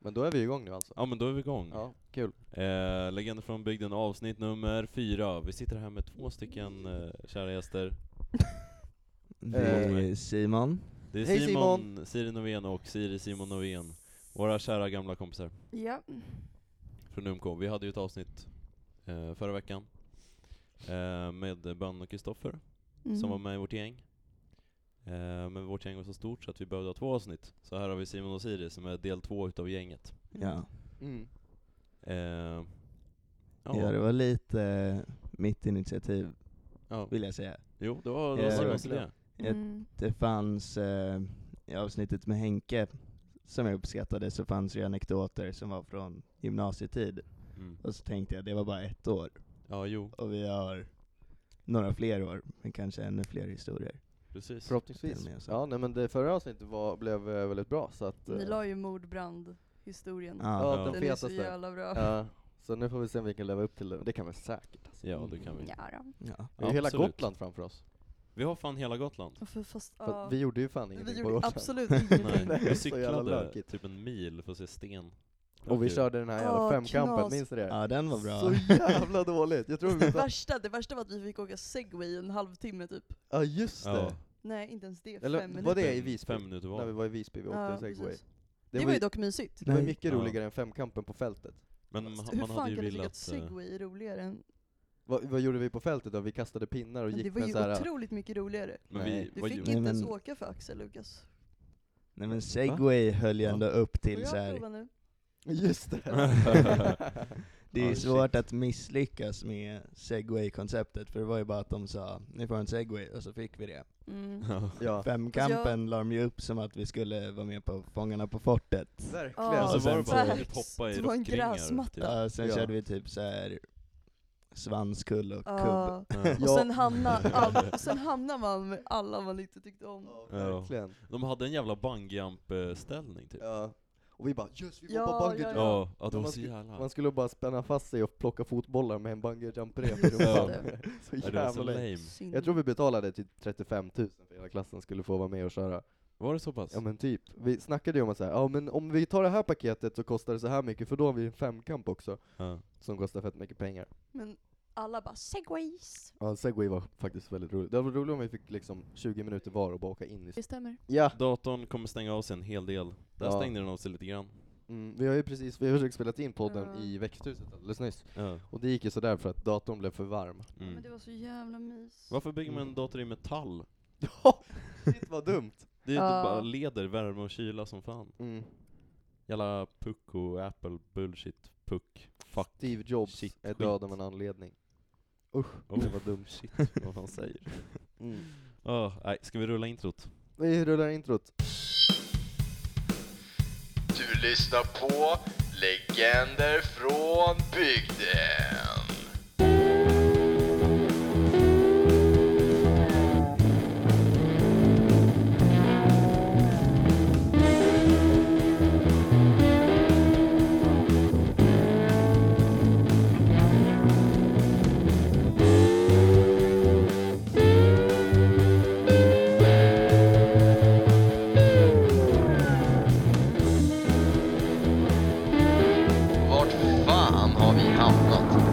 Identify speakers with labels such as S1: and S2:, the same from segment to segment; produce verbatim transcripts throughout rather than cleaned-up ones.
S1: Men då är vi igång nu alltså.
S2: Ja, men då är vi igång.
S1: Ja, kul.
S2: Eh, Legender från bygden, avsnitt nummer fyra. Vi sitter här med två stycken eh, kära gäster.
S3: Det är Simon.
S2: Det är
S1: Hej,
S2: Simon,
S1: Simon.
S2: Siri Novén och Siri Simon Novén. Våra kära gamla kompisar
S4: Ja.
S2: från U M K. Vi hade ju ett avsnitt eh, förra veckan eh, med Bönn och Kristoffer
S4: Mm.
S2: som var med i vårt gäng. Eh, men vårt gäng var så stort så att vi behövde ha två avsnitt. Så här har vi Simon och Siri som är del två utav gänget.
S3: Ja.
S1: Mm.
S2: Eh, ja.
S3: ja, det var lite eh, mitt initiativ,
S2: ja.
S3: vill jag säga.
S2: Jo, det var, det var
S3: Eh,
S2: Simons idé.
S4: Mm.
S3: Det fanns eh, i avsnittet med Henke, som jag uppskattade, så fanns det anekdoter som var från gymnasietid.
S2: Mm.
S3: Och så tänkte jag, det var bara ett år.
S2: Ja, jo,
S3: Och vi har några fler år, men kanske ännu fler historier.
S2: precis.
S1: Förhoppningsvis.
S3: Till och med så.
S1: Ja, nej, men det förra avsnittet var, blev eh, väldigt bra. Så att,
S4: Ni
S1: eh,
S4: la ju mordbrand-historien.
S3: Ja.
S1: ja,
S2: Ja.
S1: den
S4: Den är så
S1: fetaste.
S4: jävla bra.
S1: Ja, så nu får vi se om vi kan leva upp till det. Det kan vi säkert. Alltså.
S2: Ja, det kan vi.
S4: Ja, då.
S3: Ja.
S1: Vi har hela
S2: Absolut.
S1: Gotland framför oss.
S2: Vi har fan hela Gotland.
S4: Och för fast,
S1: För
S4: ja.
S1: att vi gjorde ju fan
S4: vi
S1: ingenting på
S4: gjorde
S1: Gotland.
S4: absolut ingenting.
S2: Nej,
S1: Det är
S2: vi
S1: så jävla
S2: cyklade
S1: lökigt.
S2: typ en mil för att se sten.
S1: Och vi
S2: Okej.
S1: körde den här jävla
S4: Åh,
S1: femkampen,
S4: knas.
S1: minns du det?
S3: ja, den var bra.
S1: Så jävla dåligt. Jag tror vi
S4: Det
S1: var...
S4: värsta, det värsta var att vi fick åka segway en halvtimme typ.
S1: Ja, just det.
S2: Ja.
S4: Nej, inte ens det.
S1: Eller
S4: fem
S1: var
S4: minuter.
S1: det i Visby?
S2: Fem minuter var.
S1: När vi var i Visby, vi åkte
S4: Ja,
S1: segway.
S4: precis.
S1: Det,
S4: Det var ju dock mysigt.
S1: det var
S3: Nej.
S1: mycket
S2: Ja.
S1: roligare än femkampen på fältet.
S2: Men man,
S4: Hur
S2: man
S4: fan
S2: hade ju
S4: kan du tycka att
S2: velat... eh,
S4: segway är roligare än...
S1: Vad, vad gjorde vi på fältet då? Vi kastade pinnar och
S4: Men det
S1: gick
S4: var
S1: med
S4: ju
S1: så här...
S4: otroligt mycket roligare.
S2: Men
S1: Nej.
S2: vi,
S4: Du
S2: vad
S4: fick
S2: gjorde-
S4: inte
S3: Nej,
S4: ens
S3: men-
S4: åka för Axel, Lukas.
S3: Nej, men segway höll ju
S2: Ja.
S3: ändå upp
S4: Får
S3: till
S4: jag
S3: så här.
S4: prova nu?
S1: Just det.
S3: Det är
S2: Ja,
S3: svårt
S2: shit.
S3: att misslyckas med segway-konceptet, för det var ju bara att de sa, ni får en segway, och så fick vi det.
S4: Mm.
S2: Ja.
S1: Ja,
S3: Femkampen la de ju upp som att vi skulle vara med på Fångarna på fortet.
S1: verkligen.
S4: Ja,
S2: Och så
S3: och
S2: var det
S3: sen
S2: bara
S3: så-
S2: att typ hoppa i
S4: Det var en
S2: rockringar.
S4: gräsmatta.
S2: Typ.
S3: Ja, sen
S1: Ja.
S3: körde vi typ så här svanskull och kubb.
S4: Ja.
S2: Ja.
S4: Och
S1: Ja.
S4: sen hamnar all, och sen hamnar man med alla man inte tyckte om.
S1: Ja, verkligen.
S2: De hade en jävla bungyjump-ställning typ.
S1: Ja. Och vi bara, just vi var
S4: Ja,
S1: på bungee
S4: ja,
S1: jump.
S2: Ja, ja, det
S1: Man
S2: var så
S1: skulle-
S2: jävla...
S1: Man skulle bara spänna fast sig och plocka fotbollar med en bungee jump rep i
S4: Just
S1: rumpan.
S4: det.
S1: Så
S2: Ja, det var
S1: jävla
S2: så
S1: lame.
S2: lame.
S4: Synd.
S1: Jag tror vi betalade typ trettiofem tusen för hela klassen skulle få vara med och köra.
S2: Var det så pass?
S1: Ja men typ, vi snackade ju om att säga, ja men om vi tar det här paketet så kostar det så här mycket, för då har vi en femkamp också
S2: Ja.
S1: som kostar fett mycket pengar.
S4: Men alla bara segways.
S1: Ja, segway var faktiskt väldigt roligt. Det var roligt om vi fick liksom tjugo minuter var och bara åka in i...
S4: Det stämmer.
S1: Ja!
S2: Datorn kommer stänga av sig en hel del. Där
S1: Ja.
S2: stängde den av sig lite grann.
S1: Mm, vi har ju precis, vi har försökt spela in podden
S4: Ja.
S1: i växthuset alldeles nyss.
S2: Ja.
S1: Och det gick ju sådär för att datorn blev för varm.
S4: Ja,
S2: Mm.
S4: men det var så jävla mys.
S2: Varför bygger man en dator i metall?
S1: Ja! Shit vad dumt!
S2: Det, det
S4: Ja.
S2: bara leder värme och kyla som fan.
S1: Mm.
S2: Jävla puck och Apple bullshit puck. Fuck.
S1: Steve Jobs
S2: Shit,
S1: är
S2: skit.
S1: död av en anledning. Usch,
S2: Oh,
S1: det var dumt.
S2: shit, vad han säger.
S1: Mm.
S2: Oh, nej, ska vi rulla introt?
S1: Vi rullar introt.
S5: Du lyssnar på Legender från bygden. Vart fan har vi hamnat?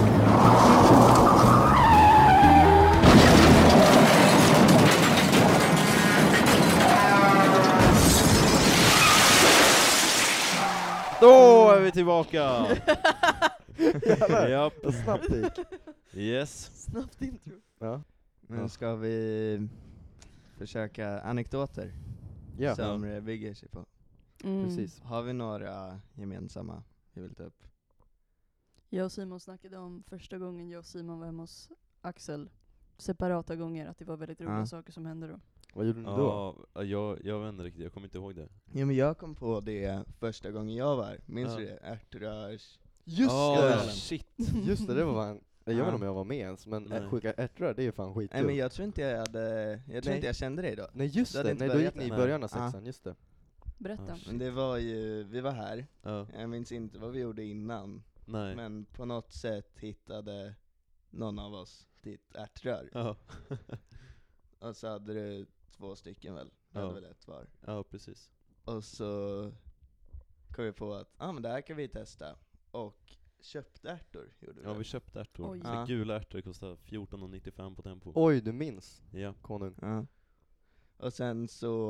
S2: Då är vi tillbaka!
S1: Jävlar,
S2: Japp.
S1: vad snabbt det gick.
S2: Yes.
S4: Snabbt intro.
S1: Ja.
S3: Men ska vi försöka anekdoter
S1: Ja,
S3: som det bygger sig på?
S4: Mm.
S1: precis.
S3: Har vi några gemensamma vi vill ta upp?
S4: Jag och Simon snackade om första gången jag och Simon var hemma hos Axel. Separata gånger, att det var väldigt roliga
S3: Ja.
S4: saker som hände då.
S1: Vad gjorde ni då?
S2: Ja, jag, jag vet inte riktigt, jag kommer inte ihåg det.
S3: Ja, men jag kom på det första gången jag var. Minns
S2: Ja.
S3: du det? Ärtrörs.
S1: Just
S2: oh,
S1: det!
S3: det.
S2: shit.
S1: Just det, det var fan... Jag vet
S3: Ja.
S1: inte om jag var med ens, men
S2: Nej.
S1: ä- skicka ärtrör, det är fan skit.
S3: Nej, men jag tror inte jag hade, jag tror
S1: Nej.
S3: inte jag kände dig då.
S1: Nej just
S3: Du hade
S1: det,
S3: inte
S1: nej då gick
S3: börjat
S1: ni i
S3: än.
S1: början av
S3: Nej.
S1: sexan, just det.
S4: Berätta.
S2: Ah, shit.
S3: Men det var ju, vi var här.
S2: Ja.
S3: Jag minns inte vad vi gjorde innan.
S2: Nej.
S3: Men på något sätt hittade någon av oss ditt ärtrör.
S2: Ja.
S3: Och så hade du två stycken väl? Du
S2: Ja.
S3: hade väl ett var.
S2: Ja, precis.
S3: Och så kom vi på att ah, men det här kan vi testa. Och köpte ärtor gjorde vi.
S2: Ja, vi köpte ärtor.
S4: Oj.
S2: Så
S3: Ja.
S2: gula ärtor kostar fjorton nittiofem på Tempo.
S1: Oj, du minns,
S2: Ja.
S1: konung.
S3: Ja. Och sen så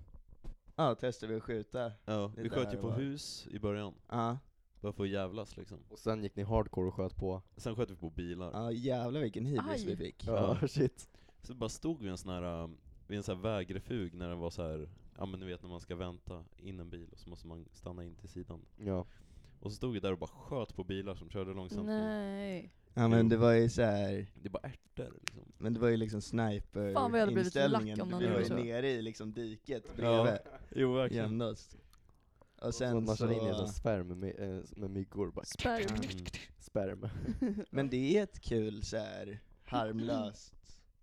S3: ja, testade vi att skjuta.
S2: Ja,
S3: Det
S2: vi
S3: där
S2: sköt ju på
S3: var-
S2: hus i början.
S3: Ja,
S2: Bara för att jävlas liksom.
S1: Och sen gick ni hardcore och sköt på.
S2: Sen sköt vi på bilar.
S3: ja jävlar vilken hybris
S4: Aj.
S3: vi fick.
S1: Ja,
S2: Ja.
S1: shit.
S2: Så bara stod vi en sån här, um, vid en sån här vägrefug när det var så här, ja men ni vet när man ska vänta in en bil och så måste man stanna in till sidan.
S1: Ja.
S2: Och så stod vi där och bara sköt på bilar som körde långsamt.
S4: Nej.
S3: Ja men
S2: Jo.
S3: det var ju så här.
S2: Det är bara ärtor liksom.
S3: Men det var ju liksom sniper
S4: Fan, vad jag hade blivit
S3: inställningen.
S4: lack om någon
S3: Vi var
S4: gjorde
S3: ju
S4: så.
S3: nere i liksom diket
S2: Ja,
S3: bredvid.
S2: jo verkligen.
S3: Jämnast. Och
S1: Och
S3: sen
S1: man
S3: så,
S1: kör in i en sån sperm med, äh, med myggor. Bara
S4: Sperm.
S2: Mm.
S1: sperm.
S3: men det är ett kul så här harmlöst,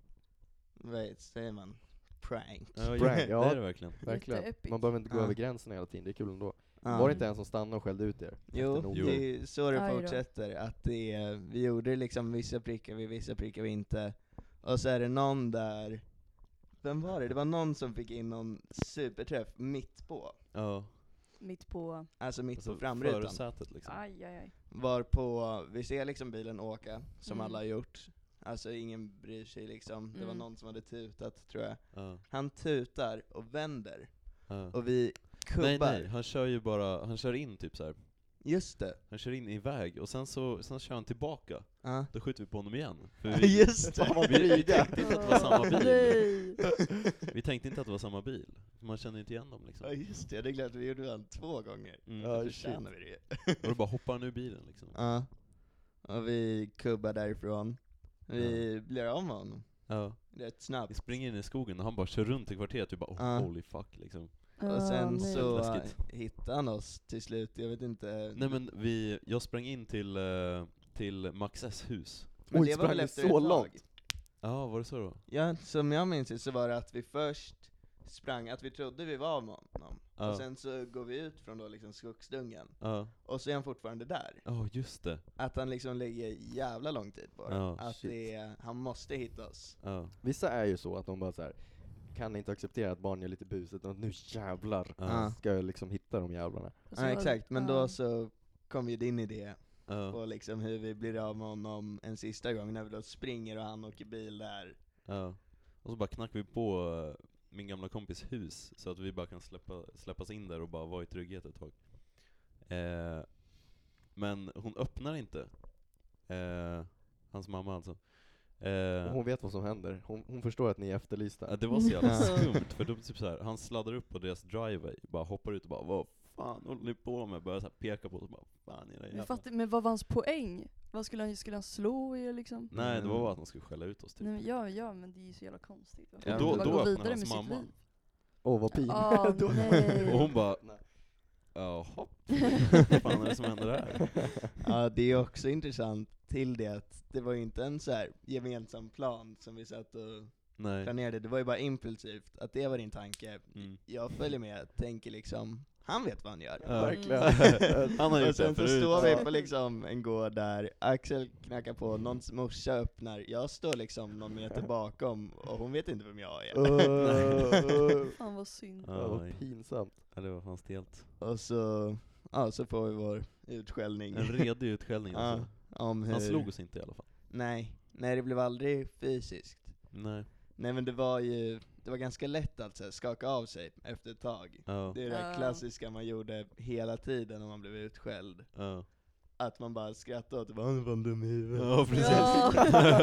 S3: vad heter- säger man? Prank.
S2: Ja,
S1: Prank,
S2: ja.
S1: ja.
S2: Det är det verkligen.
S1: Verkligen.
S4: Jätteepic.
S1: Man behöver inte gå
S3: Ja.
S1: över gränsen hela tiden, det är kul ändå.
S3: Ja.
S1: Var det inte en som stannade och skällde ut er?
S3: Jo,
S1: Efter nog?
S2: Jo.
S3: det är så det
S4: Aj då.
S3: fortsätter. Att det är, vi gjorde liksom vissa prickar vi, vissa prickar vi inte. Och så är det någon där, vem var det? Det var någon som fick in någon superträff mitt på.
S2: Ja.
S4: Mitt på...
S3: Alltså mitt
S2: Alltså
S3: på framrutan.
S2: förarsätet liksom.
S4: Aj, aj, aj.
S3: Var på, vi ser liksom bilen åka, som
S4: Mm.
S3: alla har gjort. Alltså ingen bryr sig liksom. Det var
S4: Mm.
S3: någon som hade tutat tror jag.
S2: Ja.
S3: Han tutar och vänder.
S2: Ja.
S3: Och vi kubbar.
S2: Nej nej, han kör ju bara, han kör in typ så här.
S3: Just det.
S2: Han kör in i väg och sen så sen kör han tillbaka.
S3: Ja.
S2: Då skjuter vi på honom igen. För vi,
S3: Just det.
S1: Fan, vad
S2: vi, vi
S1: dryga.
S2: tänkte inte att det var samma bil.
S4: Nej.
S2: Vi tänkte inte att det var samma bil. Man kände inte igen dem liksom.
S3: Ja just det, jag hade glömt att vi gjorde det två gånger.
S2: Mm.
S1: Ja,
S3: Då
S1: shit.
S3: förtjänar vi det ju.
S2: Och då bara hoppar han ur bilen liksom.
S3: Ja. Och vi kubbar därifrån. Vi blir av med honom.
S2: Ja.
S3: Rätt
S2: Vi
S3: snabbt.
S2: springer in i skogen och han bara kör runt i kvarteret. Vi bara oh,
S3: Ja.
S2: holy fuck liksom.
S3: Och sen
S4: nej.
S3: så
S2: Läskigt.
S3: äh, hittade han oss till slut, jag vet inte.
S2: Nej men vi, jag sprang in till, eh, till Max S hus.
S3: Men
S1: Oj,
S3: det var väl
S1: sprang
S3: efter
S1: så
S3: ett tag.
S1: långt?
S2: Ja, var det så då?
S3: Ja, som jag minns det så var det att vi först sprang, att vi trodde vi var med honom.
S2: Ja.
S3: Och sen så går vi ut från då liksom skogsdungen.
S2: Ja,
S3: Och så är han fortfarande där.
S2: ja just det.
S3: Att han liksom lägger jävla lång tid på det.
S2: Ja,
S3: att
S1: shit.
S3: det är, han måste hitta oss.
S2: Ja,
S1: Vissa är ju så att de bara så här kan inte acceptera att barn gör lite bus, utan nu jävlar
S2: Ja.
S1: ska jag liksom hitta de jävlarna.
S4: Alltså,
S3: Ja
S4: jag-
S3: exakt, men
S4: ja.
S3: då så kom ju din idé
S2: ja,
S3: på liksom hur vi blir av med honom en sista gång när vi då springer och han åker bil där.
S2: ja. Och så bara knackar vi på eh, min gamla kompis hus så att vi bara kan släppa, släppas in där och bara vara i trygghet ett tag. Eh, men hon öppnar inte. Eh, hans mamma alltså. Eh,
S1: Och hon vet vad som händer, hon, hon förstår att ni är efterlysta.
S2: Ja, det var så jävla
S3: Ja.
S2: skumt, för de typ så här, han sladdar upp på deras driveway, bara hoppar ut och bara vad fan håller ni på med? Börjar så här peka på oss och bara fan era
S4: Men,
S2: jävla.
S4: fattar, men vad var hans poäng? Vad skulle han, skulle han slå er liksom?
S2: Nej, det var bara att de skulle skälla ut oss typ.
S4: Nej, men ja, ja, men det är ju så jävla konstigt. Varför
S3: Ja,
S4: inte
S3: då-
S4: bara
S3: då
S4: gå
S2: öppnar
S4: vidare
S2: hans
S4: med sitt
S2: mamma.
S4: liv?
S1: Åh vad pin.
S4: Ah, nej.
S2: Och hon bara jaha, vad fan är det som händer här?
S3: Ja, det är också intressant till det att det var ju inte en så här gemensam plan som vi satt och
S2: Nej.
S3: planerade, det var ju bara impulsivt, att det var din tanke.
S2: Mm.
S3: Jag följer med, tänker liksom, han vet vad han gör.
S2: Ja.
S1: Verkligen.
S2: Han har gjort
S3: Och sen
S2: det
S3: så
S2: förut.
S3: står vi
S1: Ja.
S3: på liksom en gård där, Axel knackar på, någons morsa öppnar, jag står liksom någon meter bakom och hon vet inte vem jag är.
S1: Uh, uh.
S4: Fan vad synd.
S1: Ja,
S2: Ja,
S1: vad pinsamt.
S2: ja, det var fan stelt.
S3: Och så, ja, så får vi vår utskällning.
S2: En redig utskällning
S3: Ja,
S2: alltså.
S3: om hur...
S2: Han slog oss inte i alla fall.
S3: Nej, nej det blev aldrig fysiskt.
S2: Nej.
S3: Nej men det var ju, det var ganska lätt att så här, skaka av sig efter ett tag.
S2: Ja.
S3: Det är det där
S4: Ja.
S3: klassiska man gjorde hela tiden när man blev utskälld.
S2: Ja.
S3: Att man bara skrattade åt det, han var dum i huvudet.
S2: Ja, precis.
S4: Ja.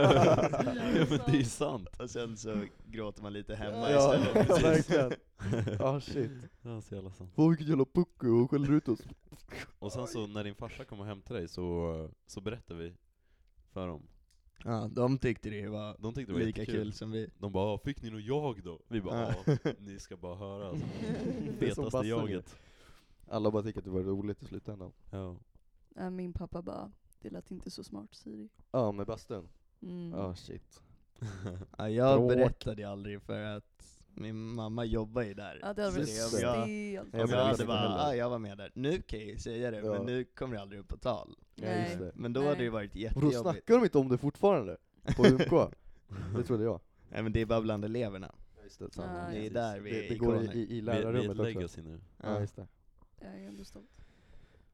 S2: Ja, men det är ju sant.
S3: Och sen så gråter man lite hemma
S1: Ja,
S3: istället.
S1: ja verkligen. Ah shit.
S2: Ja, så jävla sant.
S1: Vad vilket jävla pucko och skäller ut oss.
S2: Och sen så när din farsa kommer hem till dig så, så berättar vi för dem.
S3: Ja, de tyckte det var
S2: De tyckte det var
S3: lika
S2: jättekul.
S3: kul som vi.
S2: De bara "Ah, fick ni något jag då?" Vi bara
S3: Ja.
S2: "Ja, ni ska bara höra alltså.
S1: Det är som
S2: Fetaste
S1: passar
S2: jaget."
S1: Alla bara tycker att det var roligt i slutändan.
S2: Ja.
S4: Äh, min pappa bara, det lät inte så smart, Siri.
S1: Ja, med bastun.
S4: Mm.
S1: Ja, shit.
S3: Ja, jag
S1: Bråk.
S3: berättade ju aldrig för att min mamma jobbar ju där.
S4: Ja, det hade
S3: Så
S4: varit
S3: det- om jag,
S4: stelt.
S1: Jag
S3: om
S1: berättade
S3: jag hade
S1: inte
S3: bara,
S1: heller.
S3: ah, jag var med där. Nu kan jag ju säga det,
S1: Ja.
S3: men nu kommer det aldrig upp på tal.
S1: Ja, just det.
S3: Men då
S4: Nej.
S3: hade det ju varit
S1: Och då
S3: jättejobbigt.
S1: snackar de inte om det fortfarande på U M K. Det trodde jag.
S3: Nej men det är bara bland eleverna.
S1: Ja, just det,
S4: Ja,
S3: Det är
S4: ja.
S3: där vi
S1: det,
S3: är
S1: det går i,
S3: ikoner.
S1: i, i
S2: Vi, vi är ett
S1: lärarrummet också.
S2: legacy nu.
S1: Ja, just det.
S4: Jag är ändå stolt.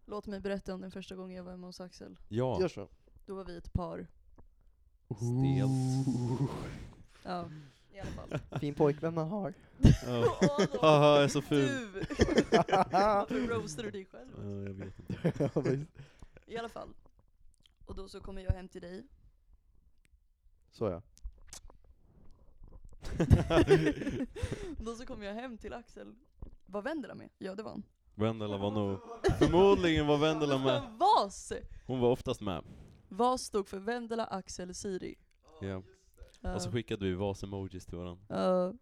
S4: Låt mig berätta om den första gången jag var hemma hos Axel.
S2: Ja,
S1: Gör så.
S4: Då var vi ett par.
S2: stelt.
S4: Ja, i alla fall.
S1: Fin pojkvän man har.
S2: Ja.
S4: Åh, då.
S2: Haha, jag är så ful.
S4: Du! Varför roastar du dig själv?
S2: Ja, jag vet inte.
S1: Ja, visst.
S4: I alla fall. Och då så kommer jag hem till dig.
S1: Så ja.
S4: Då så kommer jag hem till Axel. Var Vendela med? Ja, det var han.
S2: Vendela var nog, förmodligen var Vendela med.
S4: Vas!
S2: Hon var oftast med.
S4: Vas stod för Vendela, Axel, Siri.
S2: Ja.
S4: Ja.
S2: Och så skickade vi vas-emojis till varandra.
S4: Ja.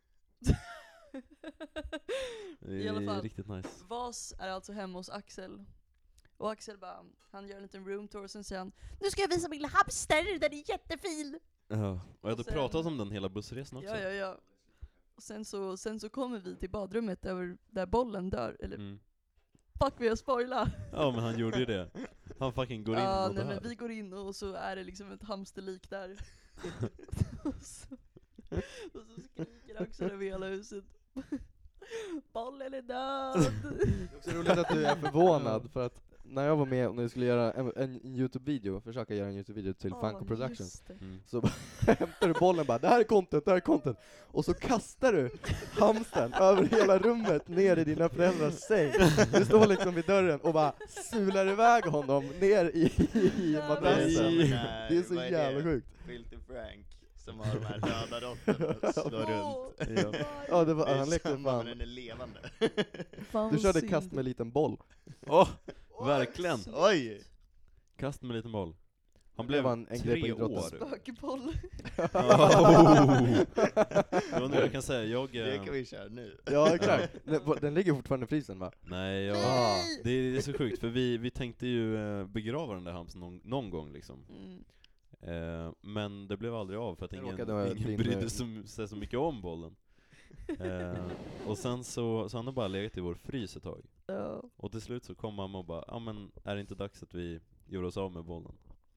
S2: Det
S4: I alla
S2: är
S4: fall.
S2: riktigt nice.
S4: Vas är alltså hemma hos Axel. Och Axel bara, han gör en liten room tour och sen säger han: nu ska jag visa min hamster, den är jättefin!
S2: Ja. Och jag hade
S4: sen-
S2: pratat om den hela bussresan också.
S4: Ja, ja, ja. Och sen så, sen så kommer vi till badrummet där, där bollen dör. Eller
S2: Mm.
S4: fuck, vi har spoilat.
S2: Ja, men han gjorde ju det. Han fucking går in
S4: Ja,
S2: och
S4: nej,
S2: dör.
S4: men vi går in och så är det liksom ett hamsterlik där. och, så, och så skriker Axel över hela huset: bollen är död!
S1: Det är också roligt att du är förvånad, för att när jag var med och när vi skulle göra en, en YouTube-video, försöka göra en YouTube-video till
S4: Ja,
S1: Funko Productions,
S4: just det.
S2: Mm.
S1: så bara hämtar du bollen bara, det här är content, det här är content, och så kastar du hamstern över hela rummet ner i dina föräldrars säng. Du står liksom vid dörren och bara sular iväg honom ner i, i
S4: Ja,
S1: madrassen.
S2: Nej.
S1: Det är så
S3: Vad
S1: jävla
S3: det?
S1: sjukt.
S3: Filthy Frank som har de här röda råttorna och slår runt.
S2: Ja.
S1: Ja, det var,
S3: Det är
S1: han lekte
S3: samma,
S1: fan.
S3: men den är levande.
S4: Fan,
S1: Du körde
S4: synd.
S1: kast med en liten boll.
S2: Åh, verkligen.
S3: Oj!
S2: Kast med en liten boll. Han
S1: Det
S2: blev
S1: var en- en grej på
S2: tre
S1: idrotten.
S2: år.
S4: Spökboll.
S2: Oh. Det var nu jag kan säga, jag...
S3: Det
S2: eh,
S3: kan vi köra nu.
S1: Ja, exakt. Den, den ligger fortfarande i frysen, va?
S2: Nej, jag...
S4: Nej!
S2: Det är, det är så sjukt, för vi, vi tänkte ju eh, begrava den där hamsten någon, någon gång liksom.
S4: Mm.
S2: Eh, men det blev aldrig av för att
S1: Det
S2: ingen,
S1: råkade vara
S2: ingen
S1: din,
S2: brydde
S1: eh,
S2: sig så, så mycket om bollen. Eh, och sen så, så han har bara legat i vår frys ett tag.
S4: Ja.
S2: Och till slut så kom mamma och bara, ja men är det inte dags att vi gör oss av med bollen?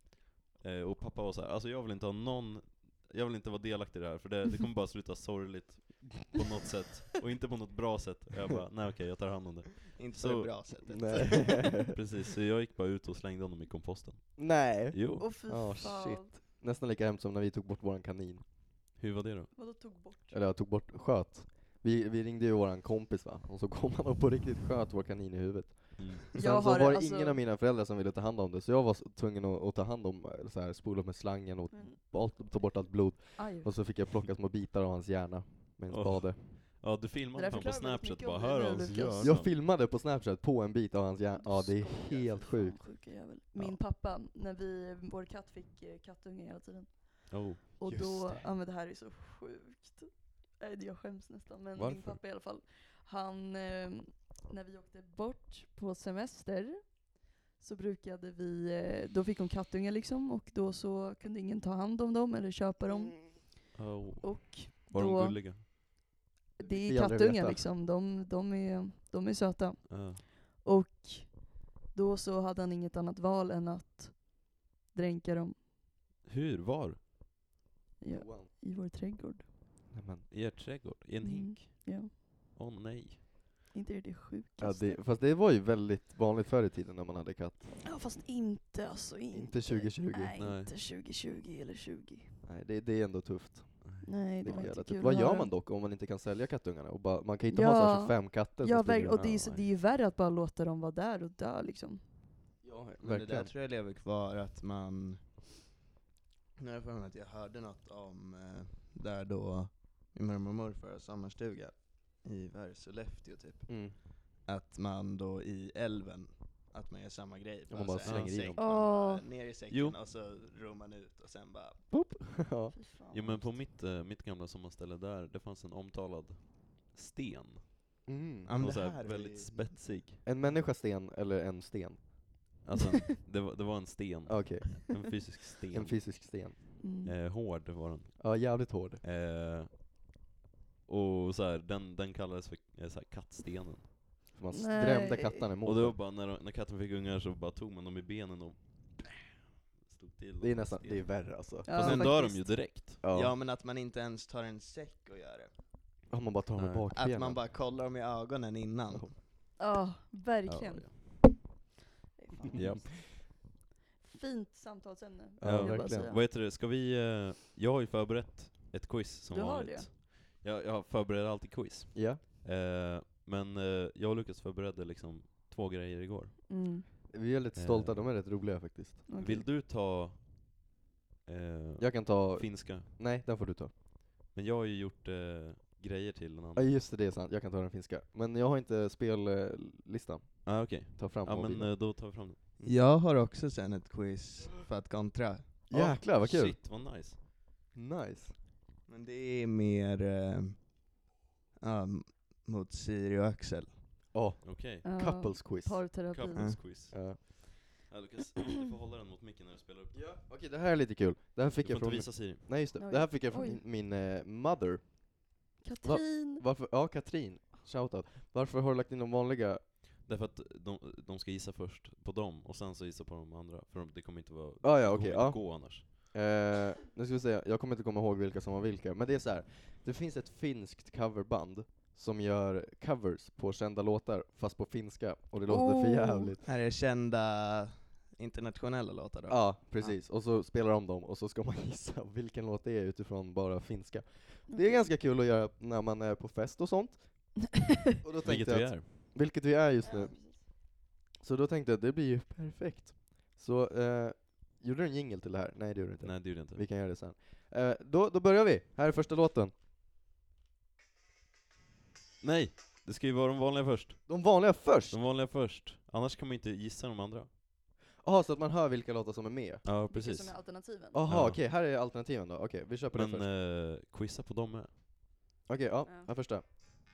S2: Eh, och pappa var så här, alltså jag vill inte ha någon, jag vill inte vara delaktig i det här, för det, det kommer bara sluta sorgligt på något sätt. Och inte på något bra sätt. Och jag bara, nej okej, jag tar hand om det.
S3: Inte
S2: Så-
S3: på det bra sättet.
S1: Nej.
S2: Precis, så jag gick bara ut och slängde honom i komposten.
S1: Nej.
S2: Jo,
S4: Åh fy
S1: Oh,
S4: fan.
S1: shit. Nästan lika hemskt som när vi tog bort våran kanin.
S2: hur var det då?
S4: Vadå tog bort?
S1: Eller jag tog bort, sköt. Vi, vi ringde ju våran kompis, va? Och så kom han och på riktigt sköt vår kanin i huvudet.
S2: Mm.
S1: Sen
S4: Jag
S1: så
S4: har-
S1: var det
S4: alltså-
S1: ingen av mina föräldrar som ville ta hand om det, så jag var s- tvungen att, att ta hand om, eller så här, spola med slangen och
S4: Men,
S1: allt, ta bort allt blod.
S4: aj.
S1: Och så fick jag plocka små bitar av hans hjärna med en
S2: Åh.
S1: spade.
S2: Ja, du
S4: Det
S2: filmade
S4: där
S2: fan på
S4: förklarar väldigt
S2: Snapchat,
S4: mycket
S2: bara
S4: om
S2: hör
S4: dig
S2: hans
S4: nu,
S2: hjärna.
S4: Lukas.
S1: Jag filmade på Snapchat på en bit av hans hjärna. Ja, det är
S4: Skojar,
S1: helt
S4: för fan,
S1: sjukt.
S4: sjuka jävel. Min
S1: Ja.
S4: pappa, när vi, vår katt fick eh, kattunge hela tiden.
S2: Oh.
S4: Och
S1: Just
S4: då,
S1: det.
S4: ja men det här är så sjukt. Nej, jag skäms nästan. Men min
S1: Varför?
S4: pappa i alla fall, han, eh, när vi åkte bort på semester så brukade vi, eh, då fick hon kattungar liksom, och då så kunde ingen ta hand om dem eller köpa dem.
S2: Oh.
S4: Och
S2: Var
S4: då,
S2: de gulliga?
S4: det
S1: Vi
S4: är
S1: aldrig
S4: kattungar
S1: veta.
S4: liksom, de, de, är, de är söta.
S2: Ja.
S4: Och då så hade han inget annat val än att dränka dem
S2: Hur? Var?
S4: i, i vår trädgård.
S1: Nej, men,
S2: I er trädgård? I en
S4: Mm.
S2: hink?
S4: Ja,
S2: Åh nej.
S4: inte det det
S1: ja,
S4: sjukaste.
S1: det, fast det var ju väldigt vanligt förr i tiden när man hade katt.
S4: Ja, fast inte alltså. Inte,
S1: Inte tjugo tjugo.
S4: Nej,
S2: Nej.
S4: inte tjugo tjugo eller tjugo.
S1: Nej, det, det är ändå tufft.
S4: Nej, det
S1: Det är
S4: var
S1: jävla
S4: inte
S1: tufft.
S4: kul
S1: Vad
S4: att
S1: gör
S4: höra.
S1: man dock om man inte kan sälja kattungarna? Och bara, man kan inte
S4: Ja.
S1: ha så här tjugofem katter.
S4: Ja,
S1: som springer
S4: verkligen. Och det är,
S1: runt.
S4: så- det är ju värre att bara låta dem vara där och dö liksom.
S1: Ja,
S3: Men det där
S1: verkligen.
S3: tror jag lever kvar, att man... Nu har jag för mig att jag hörde något om eh, där då min mormor och morfar har sommarstuga i vad är det, Sollefteå typ.
S1: Mm.
S3: Att man då i älven, att man gör samma grej.
S1: Ja, man bara
S3: så här,
S1: slänger
S3: en
S1: i
S3: säck,
S1: dem.
S3: man bara
S4: Åh.
S3: ner i säcken
S2: Jo.
S3: och så ror man ut och sen bara...
S1: Ja.
S4: Fy fan.
S2: Jo men på mitt, eh, mitt gamla sommarställe där, det fanns en omtalad sten.
S1: Mm.
S3: Ja, men
S2: Och
S3: det
S2: så här
S3: här är
S2: väldigt
S3: ju-
S2: spetsig.
S1: En människasten eller en sten?
S2: Alltså, det var, det var en sten.
S1: Okej,
S2: En fysisk sten.
S1: en fysisk sten.
S4: Mm.
S2: Eh, hård var den.
S1: Ja, jävligt hård.
S2: Eh, och så här, den, den kallades för eh, så här, kattstenen.
S1: För man
S4: Nej.
S1: drämde katterna emot
S2: Och det var
S1: den.
S2: bara när, när katten fick ungar så bara tog man dem i benen och stod till.
S1: Det är nästan, det är värre alltså.
S4: Ja,
S2: Fast sen dör de
S4: faktiskt.
S2: ju direkt.
S1: Ja,
S3: Ja, men att man inte ens tar en säck och gör det.
S1: om man bara tar dem med
S2: Nej.
S1: bakbenen.
S3: Att man bara kollar dem i ögonen innan.
S1: Ja.
S4: Ja, verkligen.
S1: Ja,
S2: Ja.
S4: Fint samtalsämne.
S1: Ja,
S4: vill jag bara
S1: verkligen.
S4: säga.
S2: Vad heter det, ska vi, eh, jag har ju förberett ett quiz som
S4: Du har
S2: vanligt. Jag, jag förbereder alltid quiz.
S1: Ja.
S2: Eh, men eh, jag och Lukas förberedde liksom två grejer igår.
S4: Mm.
S1: Vi är lite
S2: Eh.
S1: stolta, de är rätt roliga faktiskt.
S4: Okej.
S2: Vill du ta eh,
S1: Jag kan ta,
S2: finska?
S1: nej den får du ta.
S2: Men jag har ju gjort eh, grejer till en
S1: Ja
S2: annan.
S1: just det, det är sant, jag kan ta den finska. Men jag har inte spellistan,
S2: Ah, okej.
S1: ta fram
S2: Ja men
S1: mobilen.
S2: eh, då tar vi fram den.
S3: Jag har också sen ett quiz för att kontra.
S1: Jäklar vad kul!
S2: Shit, vad nice.
S1: Nice.
S3: Men det är mer eh, ja, mot Siri och Axel.
S1: Ja,
S2: Okej.
S4: Ja,
S1: couples quiz.
S4: parterapi.
S2: Couples quiz.
S1: Ja,
S2: Ja, Lukas, du får hålla den mot micken när du spelar upp.
S1: ja okej det här är lite kul. Det här
S2: Du
S1: fick
S2: får
S1: jag
S2: inte
S1: från,
S2: visa Siri.
S1: nej just det,
S4: Oj.
S1: det här fick jag från
S4: Oj.
S1: min, min eh, mother.
S4: Katrin!
S1: Varför, ja Katrin, shoutout. Varför har du lagt in de vanliga?
S2: Därför att de, de ska gissa först på dem och sen så gissa på de andra. För de, det kommer inte vara
S1: Ah, ja,
S2: det kommer
S1: okej,
S2: inte
S1: ja.
S2: gå annars.
S1: Eh, nu ska vi se, jag kommer inte komma ihåg vilka som var vilka, men det är så här. Det finns ett finskt coverband som gör covers på kända låtar, fast på finska, och det låter för
S4: Oh.
S1: jävligt.
S3: Här är kända internationella låtar då.
S1: Ja, precis. Och så spelar de dem, och så ska man gissa vilken låt det är utifrån bara finska. Det är ganska kul att göra när man är på fest och sånt. Och då tänkte
S2: Vilket
S1: jag
S2: vi
S1: att,
S2: är.
S1: vilket vi är just
S4: Ja,
S1: nu.
S4: precis.
S1: Så då tänkte jag att det blir ju perfekt. Så, eh, gjorde du en jingle till det här? Nej det gjorde du inte.
S2: Nej det gjorde jag inte.
S1: Vi kan göra det sen. Eh, då, då börjar vi. Här är första låten.
S2: Nej! Det ska ju vara de vanliga först.
S1: De vanliga först!
S2: De vanliga först. Annars kan man inte gissa de andra.
S1: Jaha, så att man hör vilka låtar som är med.
S2: Ja,
S4: Vilka
S2: precis.
S4: som är alternativen?
S1: Jaha,
S2: Ja.
S1: okej, här är alternativen då. Okej, vi kör på det
S2: Men
S1: först.
S2: eh, quizza på dem med.
S1: Okej, ja,
S4: Ja.
S1: här första.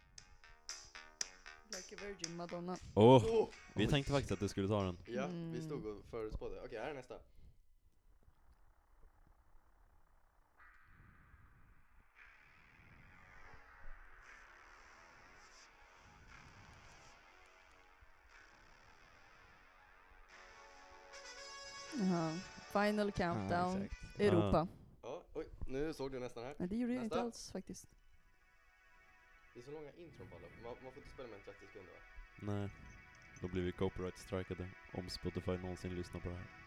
S4: Like a Virgin, Madonna.
S2: Åh!
S1: Oh.
S2: Vi tänkte faktiskt att du skulle ta den.
S1: Ja,
S4: Mm.
S1: vi stod och förutspådde. Okej, här är nästa.
S4: Jaha. Final countdown.
S3: exakt.
S4: Europa.
S1: Ja, oj, nu såg du nästan här.
S4: Nej, det gjorde jag inte
S1: Nästa.
S4: alls faktiskt.
S1: Det är så långa intron på alla. Man, man får inte spela med en trettio sekunder va?
S2: Nej. Då blir vi copyright strikade om Spotify någonsin lyssnar på det här.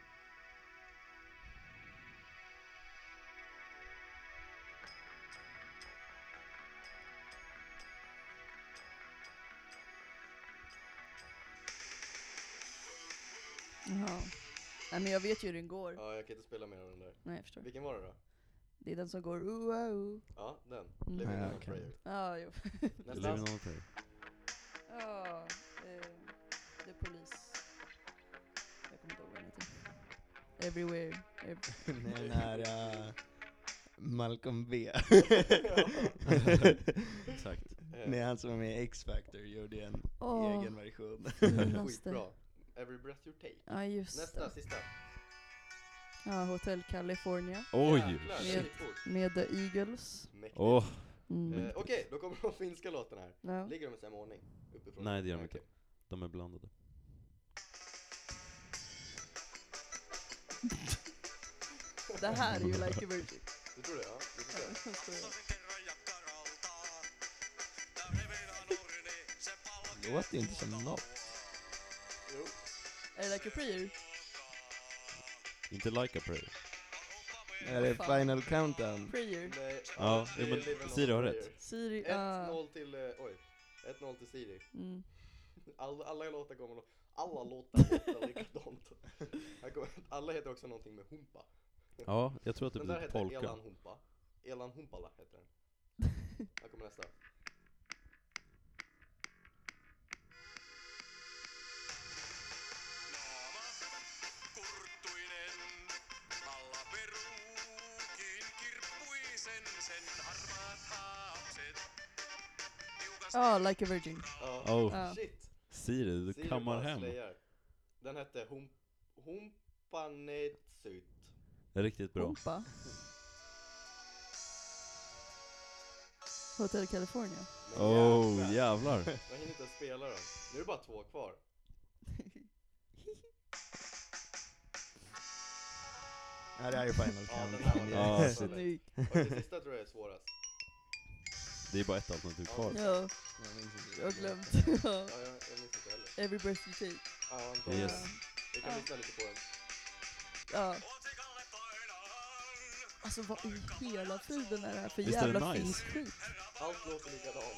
S4: Jaha. Nej men jag vet ju hur den går.
S1: Ja, jag kan inte spela mer av den där.
S4: Nej jag förstår.
S1: Vilken var det då?
S4: Det är den som går ooh, ah, ooh.
S1: Ja, den.
S4: Mm.
S1: Living
S3: Ja,
S1: on a
S3: okej.
S1: prayer.
S4: Ja, jo.
S1: Nästa.
S2: Living on a prayer.
S4: Ja, eh, The Police. Jag kommer inte ihåg vad den heter. Everywhere. Ev-
S3: Den här uh, Malcolm B.
S2: Exakt.
S1: Eh,
S3: Det är han som är med i X-Factor, gjorde en
S4: Åh.
S3: egen version.
S4: Finaste.
S1: Skitbra. Every breath you take.
S4: Ja just
S1: Nästa,
S4: det.
S1: sista.
S4: Ja, Hotel California.
S2: Oj!
S1: Jäklar,
S4: Med-
S1: shit fort.
S4: Med The Eagles.
S1: Mäktigt.
S2: Åh!
S4: Mm.
S1: Eh, Okej, då kommer de finska låtarna här.
S4: Ja.
S1: Ligger de i samma ordning? Uppifrån?
S2: Nej, det gör de
S1: Okej.
S2: inte. De är blandade.
S4: Det här är ju Like a Virgin.
S1: Du tror det? Ja, vi får se.
S4: Jag skojar.
S3: Låter inte som något.
S1: Jo.
S4: Är det Like a Prayer?
S2: Inte Like a prayer.
S3: Är det
S4: Fan.
S3: Final Countdown?
S4: Prayer.
S1: Nej,
S2: Ja,
S1: det är
S2: men
S1: Living on a
S2: Siri har
S1: Prayer.
S2: rätt.
S4: Siri,
S1: ett
S4: ah.
S1: noll till, eh, oj. ett noll till Siri.
S4: Mm.
S1: Alla, alla låtar kommer lå- alla låtar låter likadant. Här kommer- Alla heter också någonting med humpa.
S2: Ja, jag tror att det
S1: Den där
S2: blir
S1: heter
S2: polka.
S1: Elan Humpa. Elan Humpala heter den. Här kommer nästa.
S4: Ja, Like a Virgin.
S1: Ja.
S2: Oh,
S4: Ja.
S1: Shit.
S2: Siri, du
S1: Siri
S2: kammar
S1: bara
S2: hem.
S1: slayar. Den hette hum, Humpanetsut.
S2: Riktigt bra.
S4: Humpa. Hotel California.
S1: Men
S2: Oh,
S1: jävlar.
S2: jävlar.
S1: Jag hinner inte ens spela dem. Nu är det bara två kvar.
S3: Ja, det här är Final
S1: Ja, den
S3: Countdown.
S1: här
S2: var-
S1: var-
S2: Ja.
S4: Snyggt.
S1: Okej, sista tror jag är svårast.
S2: Det är bara ett alternativ kvar.
S4: Ja,
S3: Jag minns inte.
S4: jag har glömt.
S1: Ja, jag, jag minns inte heller.
S4: Every breath you take.
S1: Ja, antagligen.
S2: Yes.
S1: Vi kan
S4: Ja.
S1: lyssna lite på den.
S4: Ja. Alltså vad i hela friden är det här för
S2: Visst är det
S4: jävla
S2: nice?
S4: finsk skit?
S1: Allt låter likadant.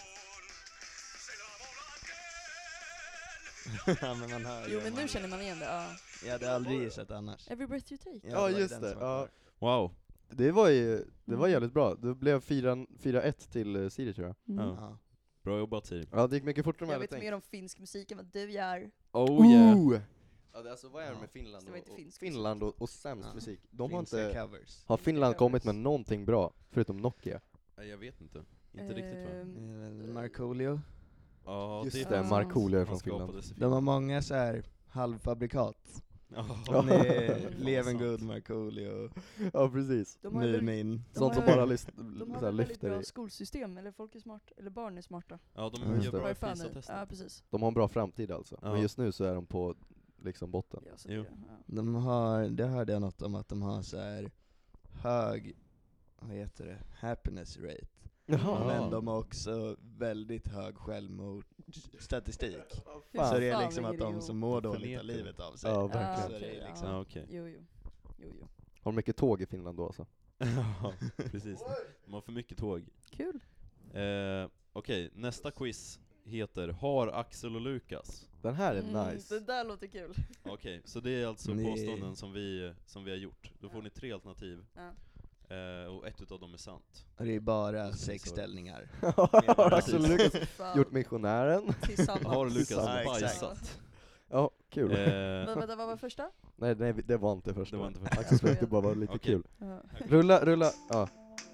S3: Ja, men man hör
S4: Jo
S3: ju,
S4: men
S3: man-
S4: nu känner man igen det, ja.
S3: Jag hade aldrig gissat annars.
S4: Every breath you take.
S1: Ja,
S3: var ju
S1: just
S3: den
S1: det,
S3: som var
S1: ja.
S3: kvar.
S2: Wow.
S1: Det var ju, det var
S4: Mm.
S1: jävligt bra. Det blev fyra ett till uh, Siri tror jag.
S4: Mm.
S2: Ja.
S3: Ja.
S2: Bra jobbat Siri.
S1: Ja, det gick mycket fortare än
S4: Jag
S1: jag hade
S4: vet
S1: tänkt.
S4: mer om finsk musik än vad du gör.
S2: Oh yeah.
S1: Ooh. Ja, det, alltså vad är det
S3: Ja.
S1: med Finland
S4: Det var
S1: och,
S4: inte
S1: och,
S4: finsk
S1: Finland och, och sämst
S3: Ja.
S1: musik? De har
S3: Finska
S1: inte,
S3: covers.
S1: har
S4: Finska
S1: Finland kommit
S4: covers.
S1: med någonting bra, förutom Nokia?
S2: Nej, jag vet inte. Inte riktigt va?
S4: Ehm,
S3: Det är väl Markoolio.
S2: Ja,
S1: Just
S2: det
S1: det,
S4: Ja.
S1: Markoolio är
S2: han
S1: från Finland.
S2: skapades i
S3: De har
S2: Finland.
S3: många så här halvfabrikat.
S2: Ja.
S3: Han är
S2: Fan,
S3: Levengood,
S2: sant.
S3: Markoolio,
S1: Ja, precis.
S4: de har väl,
S3: Mumin.
S4: de
S1: Sånt
S4: har
S1: som
S4: väl-
S1: bara lyst,
S4: de har
S1: så här,
S4: väl väldigt
S1: lyfter
S4: bra
S1: i.
S4: skolsystem, eller folk är smart, eller barn är smarta.
S2: Ja, de
S1: Ja, just
S2: gör
S1: det.
S2: bra
S4: Vad fan nu?
S2: PISA-tester.
S4: Ja precis.
S1: De har en bra framtid alltså.
S2: Ja.
S1: Men just nu så är de på liksom botten.
S4: Ja, så
S2: Jo.
S4: det, ja.
S3: De har, det hörde jag något om att de har så här hög, vad heter det, happiness rate.
S1: Jaha.
S3: Men de har också väldigt hög självmordsstatistik.
S4: Hur
S3: Så det är
S4: fan
S3: liksom att
S4: ligger det
S3: de
S4: ihop?
S3: som mår
S2: De
S3: dåligt tar
S2: förnekar det.
S3: livet av sig.
S1: Ja,
S4: Ah,
S1: verkligen.
S3: Så det
S4: okej,
S3: är
S4: ja.
S3: liksom,
S2: Ja, okej.
S4: Jo, jo. jo, jo.
S1: Har de mycket tåg i Finland då alltså?
S2: Ja, precis. De har för mycket tåg.
S4: Kul.
S2: Eh, Okej, nästa quiz heter Har Axel och Lukas?
S1: Den här är
S4: Mm,
S1: nice.
S4: det där låter kul.
S2: Okej, så det är alltså
S3: Ni-
S2: påståenden som vi, som vi har gjort. Då får ni tre alternativ.
S4: Ja.
S2: Eh, och ett utav dem är sant.
S3: Och det är bara
S2: Måste vi
S3: sex
S2: så.
S3: ställningar.
S1: Har
S2: Precis.
S1: Axel och Lukas
S4: Fan.
S1: gjort missionären?
S4: Tillsammans.
S2: Har Lukas
S1: Ja,
S3: exakt.
S2: bajsat?
S1: Ja, kul.
S2: Eh,
S4: Men vänta, vad var första?
S1: Nej, nej, det var inte första.
S2: Det var inte första.
S1: Axel försökte bara vara lite
S2: Okej.
S1: kul.
S4: Ja.
S1: Rulla, rulla, ja.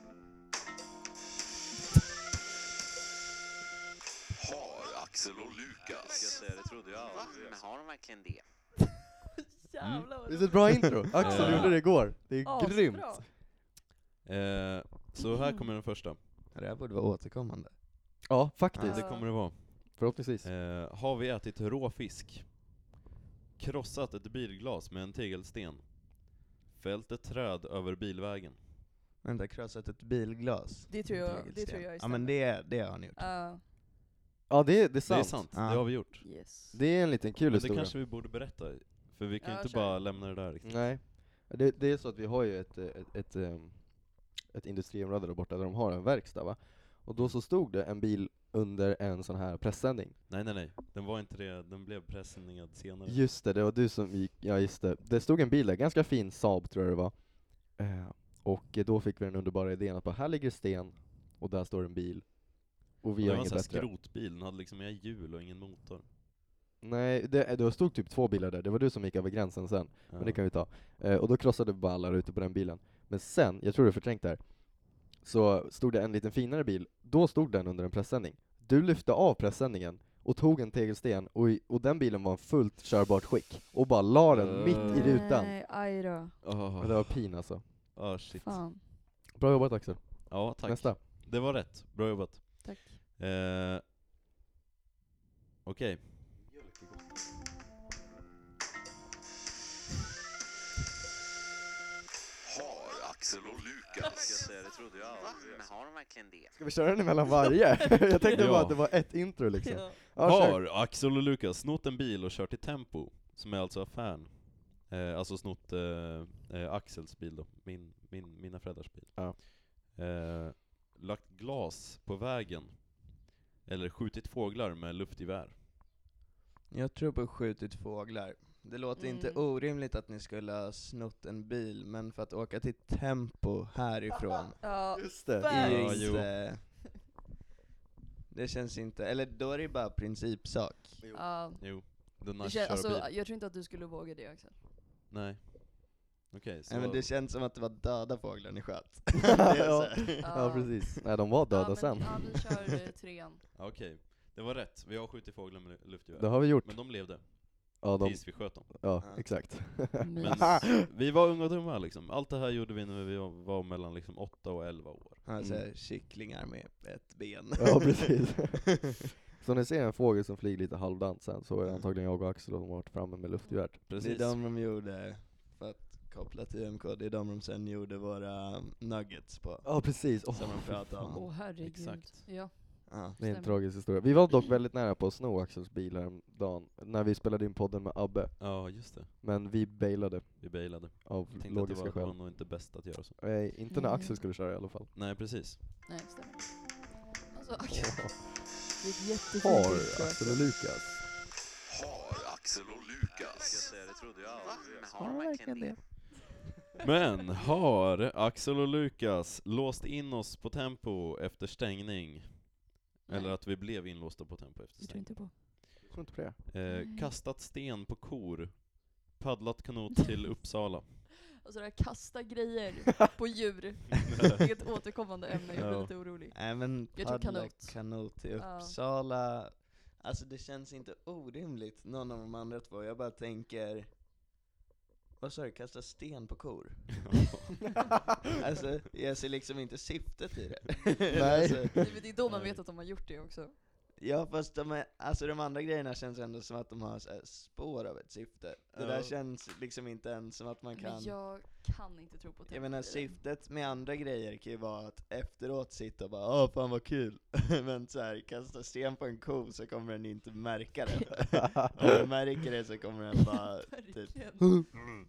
S6: Har Axel och Lukas?
S5: Det trodde jag aldrig. Men har de verkligen det?
S4: Jävlar vad
S1: Det är ett bra intro. Axel
S2: Ja.
S1: gjorde det igår. Det är
S4: Asbra.
S1: grymt.
S2: eh, så här kommer den första.
S3: Det här borde vara återkommande.
S1: Ja, faktiskt.
S2: Det kommer det vara.
S1: Förhoppningsvis.
S2: Eh, har vi ätit rå fisk? Krossat ett bilglas med en tegelsten? Fällt ett träd över bilvägen?
S3: Vänta, krossat ett bilglas.
S4: Det tror jag-
S3: Tegelsten.
S4: det tror jag är
S3: Ja men det, det har ni gjort.
S4: Ja,
S1: Ja, det är, det är
S2: Det
S1: sant.
S2: är sant,
S3: Ja.
S2: det har vi gjort.
S4: yes.
S1: Det är en liten kul
S2: Men det
S1: historia.
S2: kanske vi borde berätta, för vi kan
S4: Ja,
S2: inte
S4: kör.
S2: bara lämna det där riktigt.
S1: Nej. Det, det är så att vi har ju ett, ett, ett, um, ett industriområde där borta där de har en verkstad va? Och då så stod det en bil under en sån här pressändning.
S2: Nej nej nej, den var inte det, den blev pressändad senare.
S1: Just det, det var du som gick, ja just det. Det stod en bil där, ganska fin Saab tror jag det var. Eh, och då fick vi den underbara idén att bara, här ligger sten och där står en bil. Och vi
S2: det
S1: har
S2: var en
S1: inget
S2: sån här
S1: bättre.
S2: skrotbil, den hade liksom inga hjul och ingen motor.
S1: Nej, det, det stod typ två bilar där, det var du som gick över gränsen sen.
S2: Ja.
S1: Men det kan vi ta. Eh, och då krossade vi bara alla ute på den bilen. Men sen, jag tror det är förträngt där, så stod det en liten finare bil. Då stod den under en pressändning. Du lyfte av pressändningen och tog en tegelsten och, i, och den bilen var en fullt körbart skick. Och bara la den
S2: Uh.
S1: mitt i rutan.
S4: Nej, aj då.
S2: Åh,
S1: Och det var pin alltså.
S2: ah, shit.
S4: Fan.
S1: Bra jobbat Axel.
S2: Ja, tack.
S1: Nästa.
S2: Det var rätt, bra jobbat.
S4: Tack.
S2: Eh, Okej.
S6: Har Axel och Lukas?
S5: Det trodde jag aldrig. Men har de verkligen det?
S1: Ska vi köra den emellan varje? Jag tänkte
S2: Ja.
S1: bara att det var ett intro liksom.
S4: Ja.
S1: Ja, kör.
S2: Har Axel och Lukas snott en bil och kört i Tempo, som är alltså affären? Eh, alltså snott eh, eh, Axels bil då, min, min, mina föräldrars bil.
S1: Ja.
S2: Eh, lagt glas på vägen? Eller skjutit fåglar med luftgevär?
S3: Jag tror på skjutit fåglar. Det låter inte
S4: Mm.
S3: orimligt att ni skulle ha snott en bil, men för att åka till Tempo härifrån
S4: Ja,
S1: Just det.
S4: Fan.
S3: är
S2: Ja,
S3: ju
S2: jo.
S3: inte... Det känns inte, eller då är det bara principsak.
S4: ja.
S2: Jo, det är
S4: Det
S2: nice
S4: kän,
S2: att köra
S4: alltså,
S2: bil.
S4: jag tror inte att du skulle våga det Axel.
S2: Nej. Okej, så...
S3: Nej, men det känns som att det var döda fåglar ni sköt. Det är så här.
S1: Ja precis. Nej, de var döda
S4: ja, men,
S1: sen.
S4: Ja, vi kör eh, trean.
S2: Okej, det var rätt. Vi har skjutit fåglar med luftgevär.
S1: Det har vi gjort.
S2: Men de levde,
S1: Ja, de,
S2: tills vi sköt dem.
S1: ja
S3: Ja.
S1: exakt.
S2: Men vi var unga och dumma liksom. Allt det här gjorde vi när vi var, var mellan liksom åtta och elva år.
S3: Alltså
S1: Mm.
S3: kycklingar med ett ben.
S1: Ja precis. Så ni ser en fågel som flyger lite halvdant sen, så är det antagligen jag och Axel och de har varit framme med luftgevär.
S3: Det är
S2: Precis.
S3: de de gjorde, för att koppla till U M K, det är de de sen gjorde våra nuggets på.
S1: Ja precis.
S3: Som de pratade om.
S4: Åh herregud.
S2: Exakt.
S4: Ja.
S3: Ja.
S1: Det är en
S4: Stämmer.
S1: tragisk historia. Vi var dock väldigt nära på att sno Axels bil häromdagen, när vi spelade in podden med Abbe.
S2: Ja, just det.
S1: Men vi bailade
S2: Vi bailade.
S1: av
S2: Tänkte att det
S1: logiska
S2: var, det var
S1: skäl.
S2: nog inte bäst att göra så.
S1: Nej, inte när
S4: Nej.
S1: Axel skulle köra i alla fall.
S2: Nej, precis.
S4: Nej, stämmer. Alltså, det är ett jättefint
S1: Har
S4: intro,
S1: Axel och Lukas.
S6: Har Axel och Lukas.
S5: Det trodde jag aldrig. Men
S4: Har
S5: har
S4: de
S5: de verkligen det?
S2: Men har Axel och Lukas låst in oss på tempo efter stängning? Eller
S4: Nej.
S2: att vi blev inlåsta på tempo efter
S4: Det tror jag
S2: stängning?
S4: inte på.
S1: Jag tror inte på det.
S2: Eh,
S4: Nej.
S2: kastat sten på kor. Paddlat kanot till Uppsala.
S4: Alltså det här kasta grejer på djur. Det är ett återkommande ämne, jag blir
S2: Ja.
S4: lite orolig.
S3: Nej men
S4: Jag tror
S3: paddla
S4: kanot.
S3: kanot till
S4: Ja.
S3: Uppsala, alltså det känns inte orimligt någon av de andra två, jag bara tänker, vad sa du, kasta sten på kor? Alltså jag ser liksom inte syftet i det.
S1: Nej.
S3: Alltså,
S4: Nej, men det är då man
S2: Nej.
S4: vet att de har gjort det också.
S3: ja fast de, är, alltså de andra grejerna känns ändå som att de har så här spår av ett syfte. Det
S2: Ja.
S3: där känns liksom inte ens som att man kan.
S4: Men jag kan inte tro på
S3: Jag menar
S4: tempogrejer.
S3: syftet med andra grejer kan ju vara att efteråt sitta och bara åh fan vad kul. Men så här, kasta sten på en ko så kommer den inte märka det. Om den märker det så kommer den bara typ.
S4: Verkligen.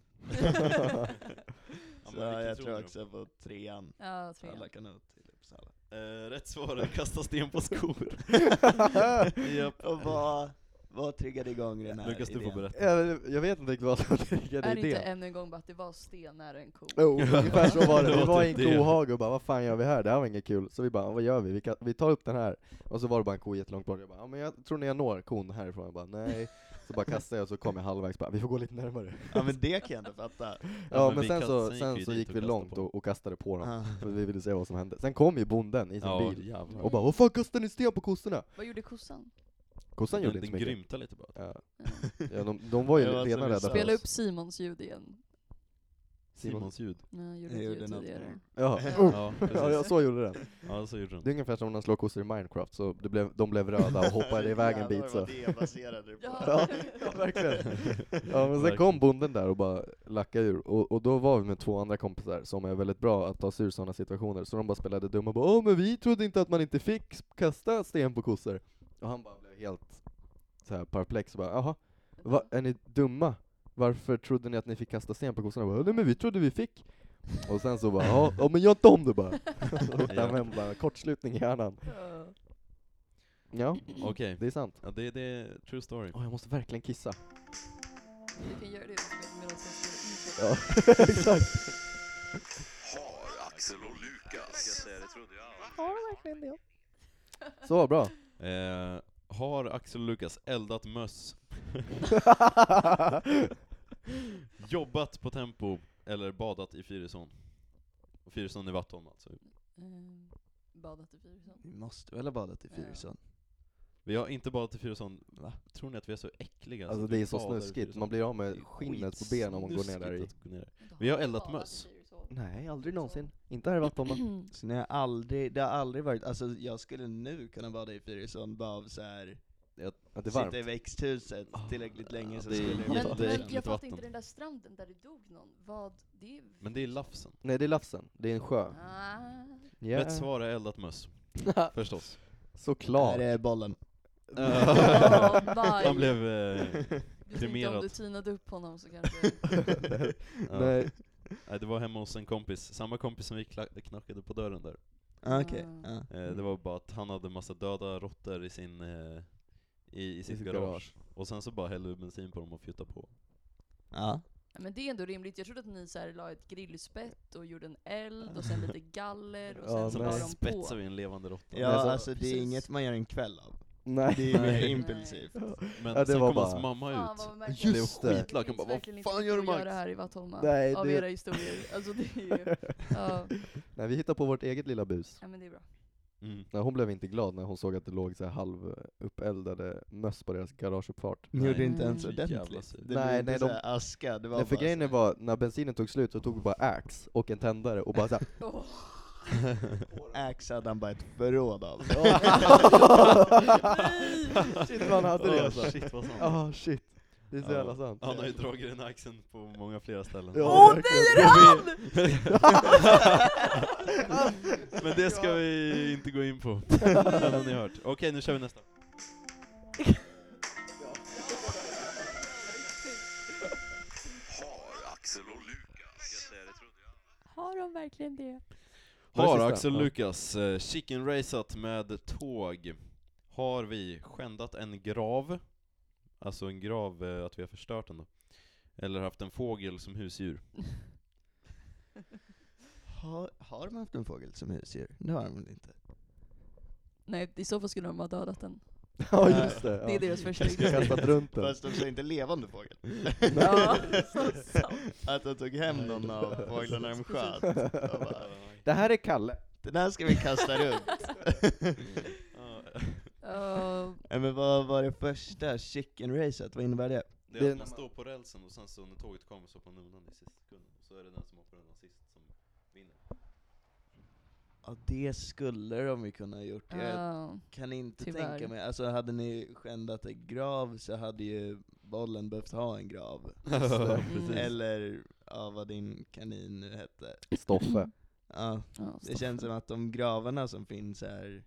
S2: Ja,
S3: Så
S2: men vilken
S3: jag
S2: tror
S3: tror
S2: ni då?
S3: också på trean.
S4: Ja, tre.
S3: Alla kanot till Uppsala.
S2: Eh, rätt svar är kasta sten på skor. Japp.
S3: Och vad, vad triggade igång den här
S2: Lukas, du får
S3: idén?
S2: berätta.
S1: jag, jag vet inte riktigt vad som triggade
S4: Är det inte
S1: idén.
S4: ännu en gång bara att det var sten nära en ko?
S1: Jo, ungefär så var det.
S2: Det
S1: Vi
S2: var
S1: var i en
S2: typ det.
S1: kohage och bara, vad fan gör vi här? Det här var inget kul. Så vi bara, vad gör vi? Vi, kan, vi tar upp den här. Och så var det bara en ko jättelångt bort. Jag bara, ja, men jag tror ni jag når kon härifrån. Jag bara, nej. Så bara kastade jag och så kom jag halvvägs bara, vi får gå lite närmare.
S3: Ja men det kan jag inte fatta.
S1: Ja,
S2: men
S1: men
S2: vi
S1: sen
S2: kast-
S1: så,
S2: sen
S1: sen
S2: gick vi
S1: så
S2: dit
S1: gick
S2: och
S1: vi
S2: kastade
S1: långt
S2: på.
S1: och, och kastade på dem.
S3: Ja.
S1: För vi ville se vad som hände. Sen kom ju bonden i sin
S2: Ja,
S1: bil.
S2: jävlar.
S1: Och bara, vad fan kastar ni sten på kossorna?
S4: Vad gjorde kossan?
S1: Kossan gjorde
S2: Den,
S1: inte
S2: den
S1: så mycket.
S2: grymtade lite bara.
S1: Ja.
S4: Ja.
S1: Ja, de, de var ju
S3: Det var
S1: redan
S3: som vi
S1: rädda
S3: sa.
S1: för
S4: Spela
S1: oss.
S4: upp Simons ljud igen.
S2: Simons ljud.
S4: Ja, jag gjorde
S3: Jag
S4: ett
S3: gjorde
S4: ljud
S3: något
S4: tidigare.
S3: med
S1: Ja.
S4: Ja.
S2: Ja,
S1: Ja, ja,
S2: precis.
S1: så gjorde den.
S2: Ja, så gjorde
S1: Det är
S2: den.
S1: ungefär som när man slår kossor i Minecraft, så det blev, de blev röda och hoppade iväg en bit
S3: Jävlar
S1: så.
S3: vad det baserade på.
S1: Ja, ja, verkligen. Ja, men sen
S2: Verkligen.
S1: kom bonden där och bara lackade ur, och, och då var vi med två andra kompisar som är väldigt bra att ta sig ur sådana situationer, så de bara spelade dumma och bara, åh men vi trodde inte att man inte fick kasta sten på kossor. Och han bara blev helt så här perplex och bara, jaha, va, är ni dumma? Varför trodde ni att ni fick kasta sten på kossorna? Jag bara, nej men vi trodde vi fick. Och sen så bara, ja ja, men gör inte om det bara. Och där med bara kortslutning i hjärnan.
S4: Ja.
S1: Ja,
S2: Okej.
S1: det är sant.
S2: Ja, det, det är true story.
S1: Åh, jag måste verkligen kissa.
S4: Vi kan göra det medan jag
S1: Ja,
S4: spelar intro.
S1: exakt.
S6: Har Axel och Lukas.
S5: Det trodde jag aldrig.
S1: Så, bra.
S2: Eh, har Axel och Lukas eldat möss? Jobbat på tempo eller badat i Fyrisån? Och Fyrisån i Vattholm alltså.
S4: Ehm, Badat i Fyrisån.
S3: Vi måste väl ha badat i
S4: Ja.
S3: Fyrisån.
S2: Vi har inte badat i Fyrisån. Va? Tror ni att vi är så äckliga?
S1: Alltså
S2: att
S1: det
S2: vi
S1: är så
S2: badar i
S1: snuskigt,
S2: Fyrisån?
S1: man blir av
S2: Det
S1: med
S2: är
S1: skinnet på benen om man går ner där i.
S2: skitsnuskigt att gå ner. Vi har eldat
S4: Badat i
S2: möss.
S4: Fyrisån.
S1: Nej, aldrig någonsin. Inte här i Vattholma.
S3: Så ni har aldrig, det har aldrig varit, alltså jag skulle nu kunna bada i Fyrisån bara av så här
S1: Ja, det är
S3: sitta
S1: varmt.
S3: i växthuset
S2: Ah,
S3: tillräckligt länge
S2: ja,
S3: så
S2: det är
S3: skulle
S2: jätte-
S3: det
S4: Men,
S2: det är
S3: vara
S4: men
S2: äckligt
S4: jag fattar
S2: vatten.
S4: inte den där stranden där det dog någon. Vad? Det är...
S2: Men det är Lafsen.
S1: Nej, det är Lafsen. Det är en sjö.
S4: Ah.
S1: Yeah.
S2: Rätt svar är eldat möss. Förstås.
S1: Såklart.
S3: Där är bollen.
S4: Ja, bye.
S2: Han blev eh,
S4: Du tänkte om
S2: kremerad.
S4: du tinade upp honom så kanske...
S2: Ja.
S1: Nej.
S2: Nej, det var hemma hos en kompis. Samma kompis som vi kla- knackade på dörren där.
S3: Ah, Okej,
S4: Ah.
S3: ja.
S2: Eh, det var bara att han hade massa döda råttor i sin eh, i, i sitt,
S1: sitt
S2: garage.
S1: garage.
S2: Och sen så bara hällde vi bensin på dem och fjuttade på.
S3: Ja.
S4: Ja, men det är ändå rimligt. Jag trodde att ni så här la ett grillspett och gjorde en eld och sen lite galler och sen
S1: Ja,
S4: så
S1: nej.
S4: la
S2: Så
S4: de på.
S2: spetsar vi en levande råtta.
S3: Ja,
S1: Nej, så-
S3: alltså det är
S4: precis.
S3: inget man gör en kväll av.
S1: Nej.
S3: Det är mer
S2: Nej.
S3: impulsivt.
S2: Men
S1: Ja, det
S2: sen
S1: var
S2: kom
S1: bara-
S2: hans mamma
S4: Fan,
S2: ut.
S4: vad märkligt.
S1: Just
S2: Blev
S1: det.
S2: skitlack. Han bara, vad
S4: Verkligen
S2: fan
S4: inte
S2: gör du
S4: mycket att
S2: Max?
S4: göra här i Vattholma
S1: Nej,
S4: av
S1: det-
S4: era historier. Alltså det är ju... Ja,
S1: Nej, vi hittar på vårt eget lilla bus.
S4: ja men det är bra.
S2: Mm.
S1: Nej, hon blev inte glad när hon såg att det låg så här halv uppeldade möss på deras garageuppfart.
S3: Ni gjorde
S2: Nej.
S3: inte ens
S2: Så jävla
S3: ordentligt.
S2: sur.
S3: Det
S1: Nej,
S3: blev inte
S1: nej,
S3: så
S1: de-
S3: här aska, det var
S1: Nej, för
S3: bara
S1: grejen
S3: så här-
S1: var, när bensinen tog slut så tog vi bara ax och en tändare och bara såhär.
S4: Oh.
S3: Axe hade han bara ett förråd av.
S1: Shit vad han hade det
S2: Åh,
S1: alltså.
S2: shit vad sant.
S1: Ah, shit. Det är så jävla sant.
S2: Han har ju dragit den axeln på många flera ställen.
S1: Ja,
S4: Åh nej, är det han?
S2: Men det ska vi inte gå in på. Den har ni hört. Okej, nu kör vi nästa.
S6: Har Axel och Lukas.
S4: Har de verkligen det?
S1: Var det
S2: Har
S1: sista?
S2: Axel
S1: Ja.
S2: Lukas eh, chicken raceat med tåg? Har vi skändat en grav? Alltså en grav, eh, att vi har förstört den då? Eller haft en fågel som husdjur?
S3: Har, har de haft en fågel som husdjur? Det har de väl inte?
S4: Nej, i så fall skulle de ha dödat den.
S1: Ja, just det. Ja.
S4: Det är deras första
S1: Kastat runt den.
S3: Fast de sa inte levande fågel.
S4: Ja, så sant.
S3: Att de tog hem någon av fåglarna de sköt. Och bara,
S1: Det här är Kalle.
S3: den här ska vi kasta runt.
S4: Uh,
S3: Nej, men vad var det första chicken racet? Vad innebär det?
S2: Det
S1: Det-
S2: är att man står på rälsen och sen så när tåget kommer så på undan i sista sekunden. Så är det den som hoppar undan sist som vinner.
S3: Ja, det skulle de ju kunna ha gjort. Jag
S4: uh,
S3: kan inte
S4: tyvärr.
S3: tänka mig. Alltså hade ni skändat en grav så hade ju bollen behövt ha en grav.
S4: Mm.
S3: Eller, ja, vad din kanin nu hette.
S1: Stoffe.
S3: Ja,
S4: ja,
S3: det känns som att de gravarna som finns här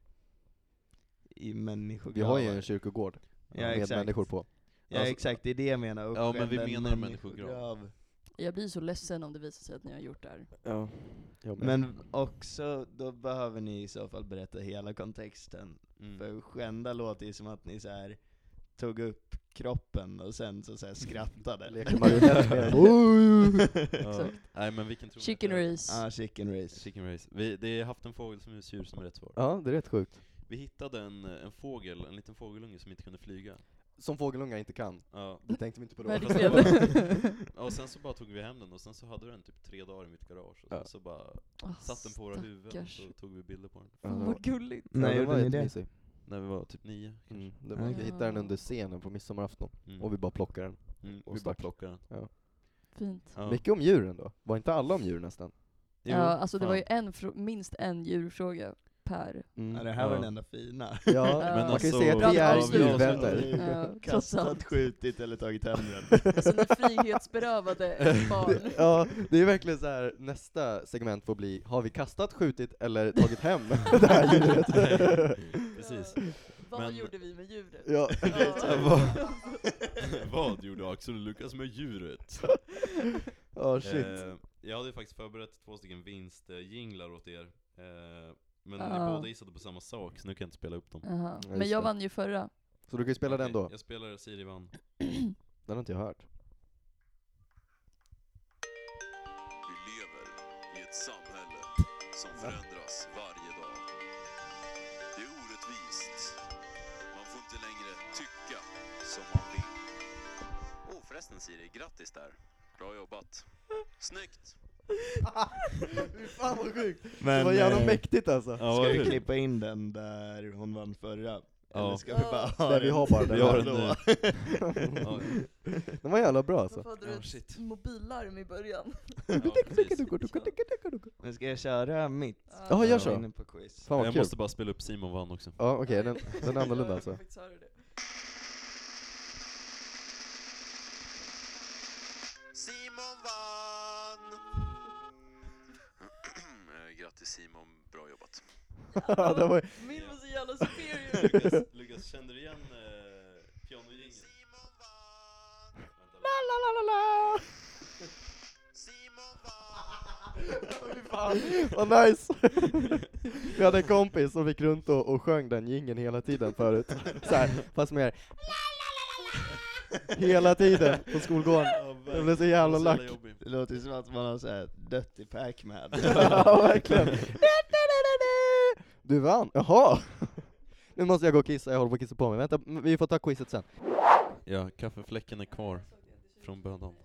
S3: i människogravar.
S1: Vi har ju en kyrkogård.
S3: Ja,
S1: med
S3: exakt.
S1: människor på.
S3: Ja,
S2: Alltså-
S3: exakt, det är det jag menar. Och
S2: Ja, men vi
S3: själva
S2: menar en människograv.
S4: Jag blir så ledsen om det visar sig att ni har gjort det här.
S1: Ja. Jag med.
S3: Men också, då behöver ni i så fall berätta hela kontexten.
S2: Mm.
S3: För skända låter ju som att ni så här tog upp kroppen och sen så, så här skrattade.
S1: Leker marionett med den. Oj!
S2: Ja. Nej, men vilken tror ni
S4: Chicken
S2: att det är?
S4: race.
S3: Ah, chicken race.
S2: Chicken race. Vi, det är haft en fågel som husdjur som är rätt svar.
S1: Ja, det är rätt sjukt.
S2: Vi hittade en, en fågel, en liten fågelunge som inte kunde flyga.
S1: Som fågelungar inte kan.
S2: Ja.
S1: Det tänkte vi inte på då.
S4: Verkligen.
S2: Ja, och sen så bara tog vi hem den och sen så hade den typ tre dagar i mitt garage och sen
S1: Ja.
S2: så bara
S4: Åh,
S2: satt den på våra huvuden och
S4: stackars.
S2: så tog vi bilder på den.
S1: Ja,
S4: Fan,
S1: det
S4: vad
S1: var-
S4: gulligt.
S3: När
S1: Ja, det
S3: gjorde
S1: var
S3: ni det?
S1: jättemysigt.
S2: När vi var typ nio.
S1: Mm. Det
S3: Ja.
S1: var, vi hittade den under scenen på midsommarafton.
S2: Mm.
S1: Och vi bara plockade den.
S2: mm,
S1: och
S2: vi bara
S1: stack.
S2: plockade den.
S4: Fint.
S2: Ja.
S1: Mycket om djuren då. Var inte alla om djur nästan?
S2: Jo,
S4: Ja, alltså det
S2: fan.
S4: var ju en fro- minst en djurfråga per.
S1: Mm.
S3: Ja, det här var
S2: Ja.
S3: den enda fina.
S1: Ja,
S4: Ja.
S1: man kan ju
S2: alltså-
S1: säga
S4: Bra
S1: att vi är
S4: avslut.
S1: djurvänner.
S4: Ja, trots
S3: Kastat,
S4: allt.
S3: skjutit eller tagit hem den.
S4: Alltså när frihetsberövade barn.
S1: Det- Ja, det är verkligen så här. Nästa segment får bli, har vi kastat, skjutit eller tagit hem det här djuret?
S2: Precis.
S4: Vad
S2: Men-
S4: gjorde vi med djuret?
S1: Ja.
S4: Ja.
S2: Vad gjorde Axel och Lukas med djuret?
S1: Ja, shit.
S2: Eh, jag hade ju faktiskt förberett två stycken vinstjinglar åt er. Eh, men
S4: Ja.
S2: ni båda gissade på samma sak, så nu kan jag inte spela upp dem.
S4: Jaha.
S1: Ja,
S4: Men
S1: just
S4: jag
S1: det.
S4: vann ju förra.
S1: Så du kan ju spela den
S2: Okej,
S1: då.
S2: Jag spelar Siri vann.
S1: Den har inte jag hört.
S6: Vi lever i ett samhälle som förändras varje dag. Det är orättvist. Man får inte längre tycka som man vill. Oh, förresten Siri, grattis där. Bra jobbat. Snyggt!
S1: Fy fan vad sjukt!
S3: Men,
S1: Det var jävla
S3: eh,
S1: mäktigt alltså.
S2: Ja,
S3: Ska
S2: vad
S3: vi
S2: kul.
S3: klippa in den där hon vann förra? Eller
S2: Ja.
S3: ska vi bara ha
S1: Nej,
S3: den?
S1: vi har bara den
S2: Vi har
S1: här.
S2: den nu.
S1: Ja.
S2: Ja,
S1: Den var jävla bra alltså.
S4: Varför hade
S2: Ja,
S4: du
S2: shit.
S4: ett mobillarm i början?
S2: ja, precis.
S3: Men ska jag köra mitt?
S1: Ja, gör
S3: Jag
S1: så.
S3: var inne på quiz.
S1: Fan vad
S2: Jag
S1: kul.
S2: måste bara spela upp Simon vann också.
S1: Ja okej, den, den är annorlunda
S4: Jag
S1: alltså.
S4: fick faktiskt höra det.
S6: Simon vann! Eh, Grattis Simon, bra jobbat.
S1: Det var,
S4: Min var så jävla superior.
S2: Lukas, Lukas, kände du igen eh, pianojingeln?
S6: Simon vann!
S2: Vänta,
S6: Simon vann!
S1: fy fan, vad nice! Vi hade en kompis som gick runt och, och sjöng den jingeln hela tiden förut. Så här, fast mer hela tiden på skolgården.
S2: Ja,
S1: Det blev så jävla lack.
S2: jobbig.
S3: Det låter som att man har så här dött i Pac-Man.
S1: Ja, verkligen. Du vann, jaha! Nu måste jag gå och kissa, jag håller på att kissa på mig. Vänta, vi får ta quizet sen.
S2: Ja, kaffefläcken är kvar från bönan.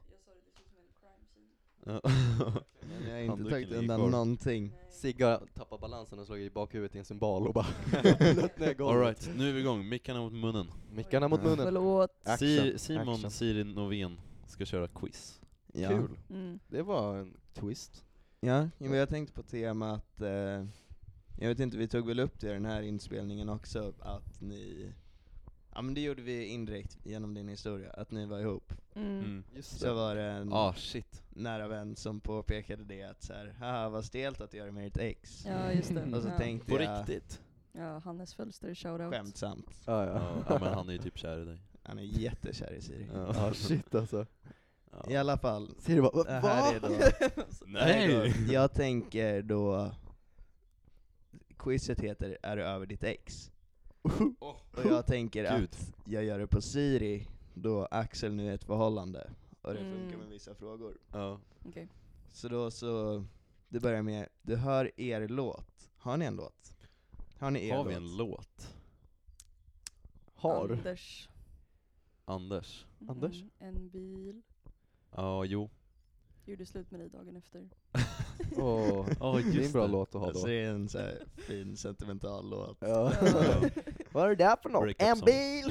S2: Ja.
S3: Men jag har inte
S2: Handduken
S3: tagit
S2: ligger
S3: undan
S2: kvar.
S3: någonting.
S1: Sigga tappar balansen och slår i bakhuvudet i en symbol och bara nöt ner
S2: All
S1: golvet.
S2: right, nu är vi igång. Mickarna mot munnen.
S1: Mickarna mot munnen.
S4: Förlåt.
S1: Action,
S2: Si- Simon
S1: action.
S2: Siri Novén ska köra quiz.
S3: Ja.
S1: Kul.
S4: Mm.
S1: Det var en twist.
S3: Ja, men jag tänkte på temat, eh, jag vet inte, vi tog väl upp det i den här inspelningen också, att ni, Ja men det gjorde vi indirekt genom din historia, att ni var ihop.
S4: Mm.
S2: Mm.
S1: Just
S3: Så var det en
S2: Ah, shit.
S3: nära vän som påpekade det att så här, haha vad stelt att göra det med ditt ex.
S4: Ja, just det.
S3: Och så
S4: ja.
S3: tänkte
S2: På
S3: jag,
S2: riktigt?
S4: Ja, Hannes Fölster, shoutout.
S3: skämtsamt.
S1: Ja,
S2: Ja,
S1: ja.
S2: ja, men han är ju typ kär i dig.
S3: Han är jättekär i Siri.
S2: Ja.
S1: Ja, shit alltså.
S3: I alla fall,
S1: Siri bara,
S3: det här är
S1: va?
S3: då,
S2: Nej!
S3: då, jag tänker då, quizet heter är du över ditt ex? Och jag tänker
S2: Gud.
S3: att jag gör det på Siri, då Axel nu är ett förhållande. Och det
S4: Mm.
S3: funkar med vissa frågor.
S2: Ja.
S4: Okej.
S3: Så då så, det börjar med, du hör er låt. Har ni en låt? Har ni er
S2: Har vi
S3: låt?
S2: en låt?
S1: Har.
S4: Anders.
S2: Anders?
S1: Anders?
S4: Mm, en bil.
S2: Ja, jo.
S4: Gjorde slut med dig dagen efter.
S1: Åh,
S2: Ja,
S1: det är en
S2: just
S1: bra
S2: det.
S1: låt att ha
S3: Alltså
S1: då.
S3: det är en så här fin sentimental låt.
S1: Ja.
S4: Ja.
S1: Vad är det där för något?
S2: Breakup
S1: En
S2: song.
S1: bil!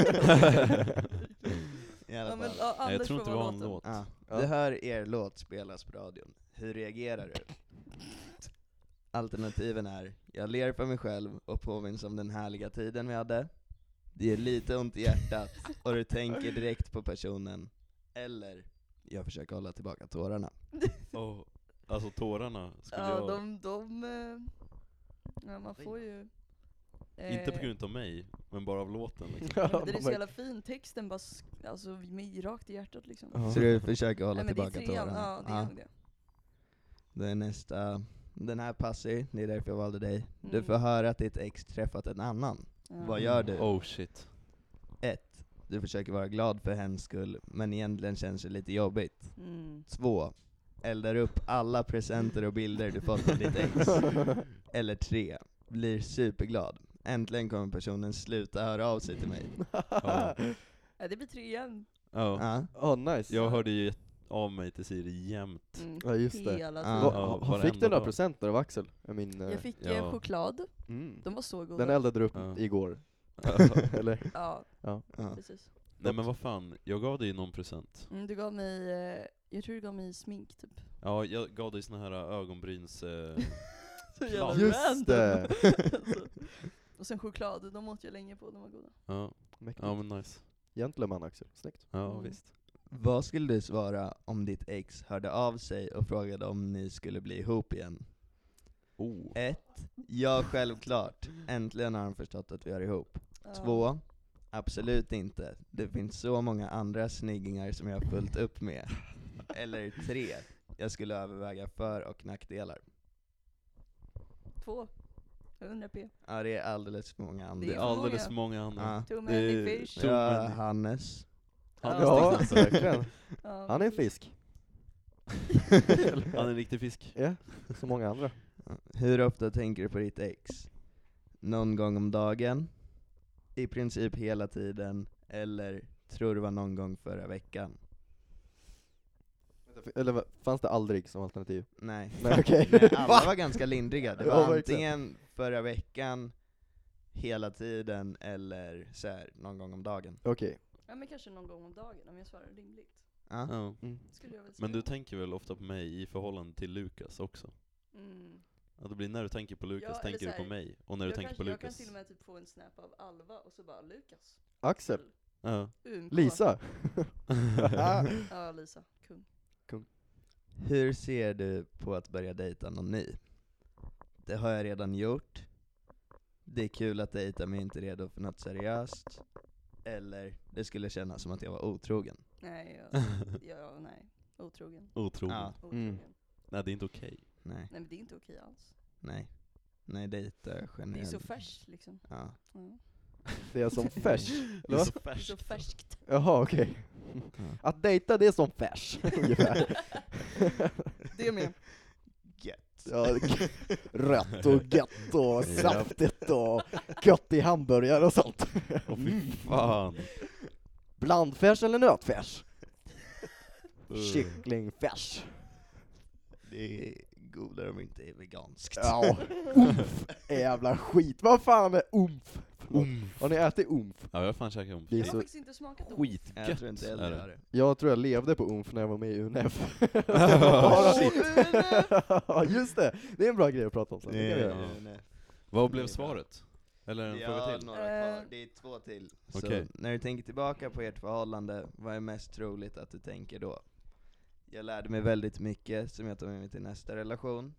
S3: I alla
S4: Ja, men,
S3: fall.
S4: ja,
S2: Nej, jag
S4: Anders
S2: tror
S4: får
S2: inte det
S4: vara
S2: var en
S4: låten.
S2: låt.
S3: Ja,
S1: Ja.
S3: du hör er låt spelas på radion. Hur reagerar du? Alternativen är, jag ler för mig själv och påminns om den härliga tiden vi hade. Det är lite ont i hjärtat och du tänker direkt på personen. Eller, jag försöker hålla tillbaka tårarna.
S2: Oh, alltså tårarna skulle
S4: Ja,
S2: jag...
S4: de, de, eh, ja man får ju...
S2: Inte på
S4: eh,
S2: grund av mig, men bara av låten liksom.
S4: ja, men den är så jävla fin, texten bara, sk- alltså mig rakt i hjärtat liksom.
S1: Ja.
S3: Så du försöker hålla
S4: Nej, men det är
S3: tillbaka
S4: trean,
S3: tårarna.
S4: ja det är nog det.
S3: Då är nästa, den här passar ju, det är därför jag valde dig. Du
S4: Mm.
S3: får höra att ditt ex träffat en annan.
S4: Ja.
S3: Vad gör du?
S2: Oh shit.
S3: Ett, du försöker vara glad för hennes skull, men egentligen känns det lite jobbigt.
S4: Mm.
S3: Två, eldar upp alla presenter och bilder du fått av ditt ex. Eller tre, blir superglad. Äntligen kommer personen sluta höra av sig till mig.
S2: Ja.
S4: Ja, det blir trean.
S2: Ja.
S3: Ja.
S1: Åh, nice.
S2: Jag hörde ju av mig till Siri jämt.
S4: Mm.
S1: Ja, just det.
S4: Hela
S3: Ja.
S4: tiden.
S1: Va,
S2: Ja,
S1: ha-
S2: varenda
S1: fick du några
S2: dag.
S1: presenter av Axel? Jag, min, eh,
S4: Jag fick
S2: Ja.
S4: eh, choklad,
S1: mm.
S4: de var så goda.
S1: Den eldade du upp
S2: Ja.
S1: igår, eller?
S4: Ja,
S3: Ja.
S4: precis.
S2: Nej men vad fan, jag gav dig någon present.
S4: Mm, du gav mig, eh, jag tror du gav mig smink typ.
S2: Ja, jag gav dig såna här ögonbryns... Eh,
S4: Så
S2: jävla
S1: Just
S4: random.
S1: det!
S4: Alltså. Och sen choklad, de åt jag länge på, de var goda.
S2: ja.
S1: Mäktigt.
S2: ja, men nice.
S1: Gentleman Axel, snyggt.
S2: Ja,
S4: Mm.
S2: visst.
S3: Vad skulle du svara om ditt ex hörde av sig och frågade om ni skulle bli ihop igen?
S2: Oh.
S3: Ett, ja självklart. Äntligen har han förstått att vi är ihop.
S4: Ja.
S3: Två, absolut inte. Det finns så många andra snyggingar som jag har fullt upp med. Eller tre, jag skulle överväga för- och nackdelar.
S4: Två. hundra p.
S3: Ja, det är alldeles för många andra.
S2: Det är
S4: för
S2: alldeles för
S4: många.
S2: många andra.
S3: Ja.
S4: Too
S2: Det
S4: many
S2: är
S4: fish.
S2: too
S3: Ja,
S2: many.
S3: Hannes.
S2: Han
S1: Ja,
S2: är,
S1: verkligen.
S4: Ja,
S1: Han är en
S4: precis.
S1: fisk.
S2: han är en riktig fisk.
S1: Ja, så många andra.
S3: Hur ofta tänker du på ditt ex? Någon gång om dagen? I princip hela tiden? Eller tror det var någon gång förra veckan?
S1: Eller vad- fanns det aldrig som alternativ?
S3: Nej.
S1: Nej, okej.
S3: Nej, alla
S1: Va?
S3: var ganska lindriga. Det
S1: Ja,
S3: var
S1: verkligen.
S3: antingen förra veckan, hela tiden, eller så här, någon gång om dagen.
S1: Okej.
S4: Ja men kanske någon gång om dagen om jag svarar rimligt.
S3: Ja.
S2: Ja.
S1: Mm.
S4: Skulle jag väl säga.
S2: Men du tänker väl ofta på mig i förhållande till Lukas också?
S4: Mm.
S2: Ja, det blir när du tänker på Lukas
S4: Ja, eller
S2: tänker du
S4: så
S2: på
S4: här,
S2: mig, och när du
S4: jag
S2: tänker
S4: kan,
S2: på
S4: Jag kan
S2: Lukas.
S4: till och med typ få en snap av Alva och så bara Lukas.
S1: Axel.
S2: Ja.
S4: Um,
S1: Lisa.
S4: Ja, Lisa. Kung.
S3: Hur ser du på att börja dejta någon ny? Det har jag redan gjort. Det är kul att dejta men inte redo för något seriöst. Eller det skulle kännas som att jag var otrogen.
S4: Nej, jag, ja, nej. Otrogen.
S2: Otrogen.
S3: Ja.
S4: Otrogen.
S1: Mm.
S2: Nej, det är inte okej.
S3: Nej,
S4: Nej men det är inte okej alls.
S3: nej. Nej, dejta
S4: Det är
S3: generellt.
S4: så färskt liksom.
S3: Ja.
S4: Ja.
S1: Det är som färs.
S2: Det
S1: Eller
S2: är
S1: vad?
S2: så
S4: Det är
S2: färskt.
S4: så färskt.
S1: Jaha, okej. Att dejta, det är som färs, ungefär.
S4: Det med.
S3: Gött.
S1: Ja, g- rött och gött och saftigt och gött i hamburgare och sånt.
S2: Åh fy fan.
S1: Blandfärs eller nötfärs?
S2: Uh.
S1: Kycklingfärs.
S3: Det är godare om inte är veganskt.
S1: Ja, umf. Jävla skit. Vad fan är umf?
S2: Umf.
S1: Har ni ätit umf?
S2: Ja, jag har fan käkat om.
S1: Det är
S4: Jag har
S1: så-
S4: faktiskt inte smakat dem.
S2: Skitgött.
S3: Jag tror inte
S2: är
S3: heller
S2: det.
S3: har det.
S1: Jag tror jag levde på umf när jag var med i U N F.
S2: Oh, shit.
S1: Ja, just det. Det är en bra grej att prata om sen. Det kan vi
S3: Nej,
S1: göra.
S2: Ja.
S3: nej, nej.
S2: Vad blev svaret? Eller en
S3: Jag
S2: fråga
S3: har
S2: till?
S3: några kvar,
S4: Eh.
S3: det är två till.
S2: Okej.
S3: Så när du tänker tillbaka på ert förhållande, vad är mest troligt att du tänker då? Jag lärde mig väldigt mycket som jag tar med mig till nästa relation.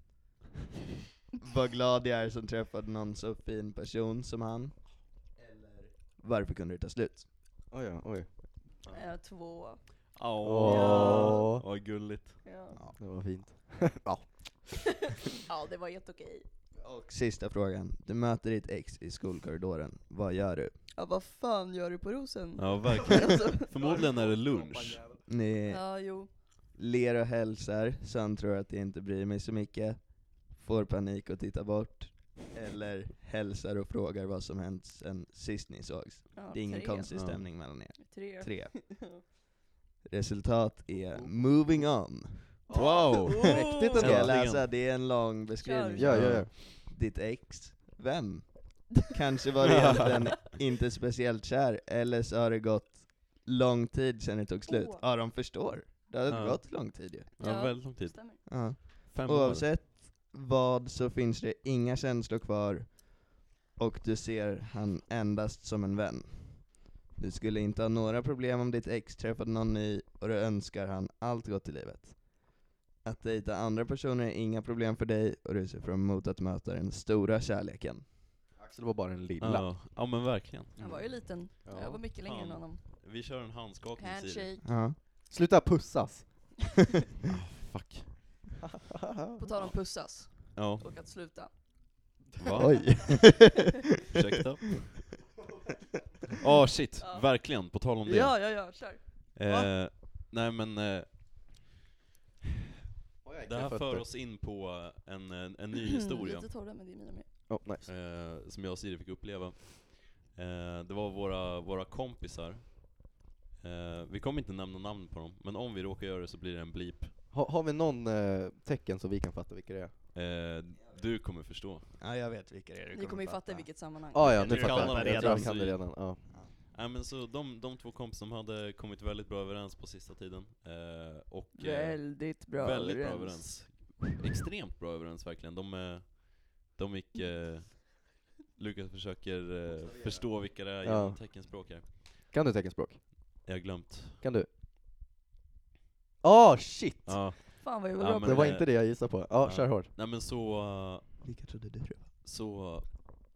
S3: Vad glad jag är som träffade någon så fin person som han. Eller varför kunde det ta slut?
S1: Oj, ja, oj.
S4: Eh, två.
S2: Åh,
S1: Åh.
S2: vad gulligt.
S4: Ja.
S1: Det var fint.
S4: Ja, det var helt okej.
S3: Och sista frågan. Du möter ditt ex i skolkorridoren. Vad gör du?
S4: Ja, vad fan gör du på Rosen?
S2: Ja, verkligen.
S4: Alltså,
S2: Förmodligen är det lunch.
S3: Ni
S4: ja, jo.
S3: ler och hälsar, så han tror att jag inte bryr mig så mycket. Får panik och tittar bort. Eller hälsar och frågar vad som hänt sen sist ni sågs.
S4: Ja,
S3: Det är ingen
S4: tre.
S3: konstig
S2: Ja.
S3: stämning mellan er.
S4: Tre.
S3: Tre. Resultat är moving on.
S2: Wow!
S1: Mäktigt
S3: Ska jag
S1: ändå.
S3: läsa? Det är en lång beskrivning.
S1: Ja, ja, ja.
S3: Ditt ex? Vem? Kanske var det egentligen inte speciellt kär, eller så har det gått lång tid sedan det tog slut.
S4: Åh.
S3: Ja, de förstår. Det har
S2: Ja.
S3: gått lång tid ju.
S2: Ja, väldigt lång tid.
S4: Stämmer.
S3: Ja.
S2: Fem år.
S3: Oavsett vad så finns det inga känslor kvar, och du ser han endast som en vän. Du skulle inte ha några problem om ditt ex träffade någon ny, och du önskar han allt gott i livet. Att dejta andra personer är inga problem för dig, och du ser fram emot att möta den stora kärleken.
S1: Axel var bara en lilla.
S2: Ja, ja men verkligen.
S4: Han var ju liten.
S1: Ja.
S4: Jag var mycket längre
S2: Fan.
S4: än honom.
S2: Vi kör en handskakning, Siri.
S4: Handshake.
S3: Ja.
S1: Sluta pussas.
S2: Fuck.
S4: På tal om pussas.
S2: Ja,
S4: Och att sluta.
S2: va?
S3: Oj.
S2: Ursäkta? Åh oh, shit,
S4: Ja.
S2: verkligen, på tal om det.
S4: Ja, ja, ja, kör.
S2: Eh, nej men, eh, det här för oss in på en, en, en ny historia.
S4: Lite torra, men det är mina med.
S1: Oh, nice.
S2: eh, som jag och Siri fick uppleva. Eh, det var våra, våra kompisar. Eh, vi kommer inte nämna namn på dem, men om vi råkar göra det så blir det en blip.
S1: Ha, har vi någon eh, tecken så vi kan fatta vilka det är?
S2: Eh, du kommer förstå.
S3: Ja, jag vet vilka det är du
S4: Ni kommer ju fatta i vilket sammanhang.
S1: Ah, ja,
S3: Jag
S1: nu
S3: tror jag
S1: fattar
S3: kan
S1: jag.
S3: det
S1: Jag tror jag
S2: redan.
S1: kan det redan. Ja.
S2: Nej men så de, de två kompisarna hade kommit väldigt bra överens på sista tiden. Eh, och eh,
S4: Väldigt bra
S2: väldigt bra
S4: överens.
S2: överens. Extremt bra överens verkligen. De, eh, de gick... Eh, Lukas försöker eh, förstå vilka det är genom
S1: Ja.
S2: teckenspråk här.
S1: Kan du teckenspråk?
S2: Jag har glömt.
S1: Kan du? Ah, shit!
S2: Ja,
S4: Fan vad jag var
S2: Ja,
S4: bra
S2: men-
S1: Det
S4: på
S1: var
S2: eh,
S1: inte det jag gissade på. Ja,
S2: ja.
S1: kör hårt.
S2: nej men så... eh,
S3: Vilka trodde du det var?
S2: Så...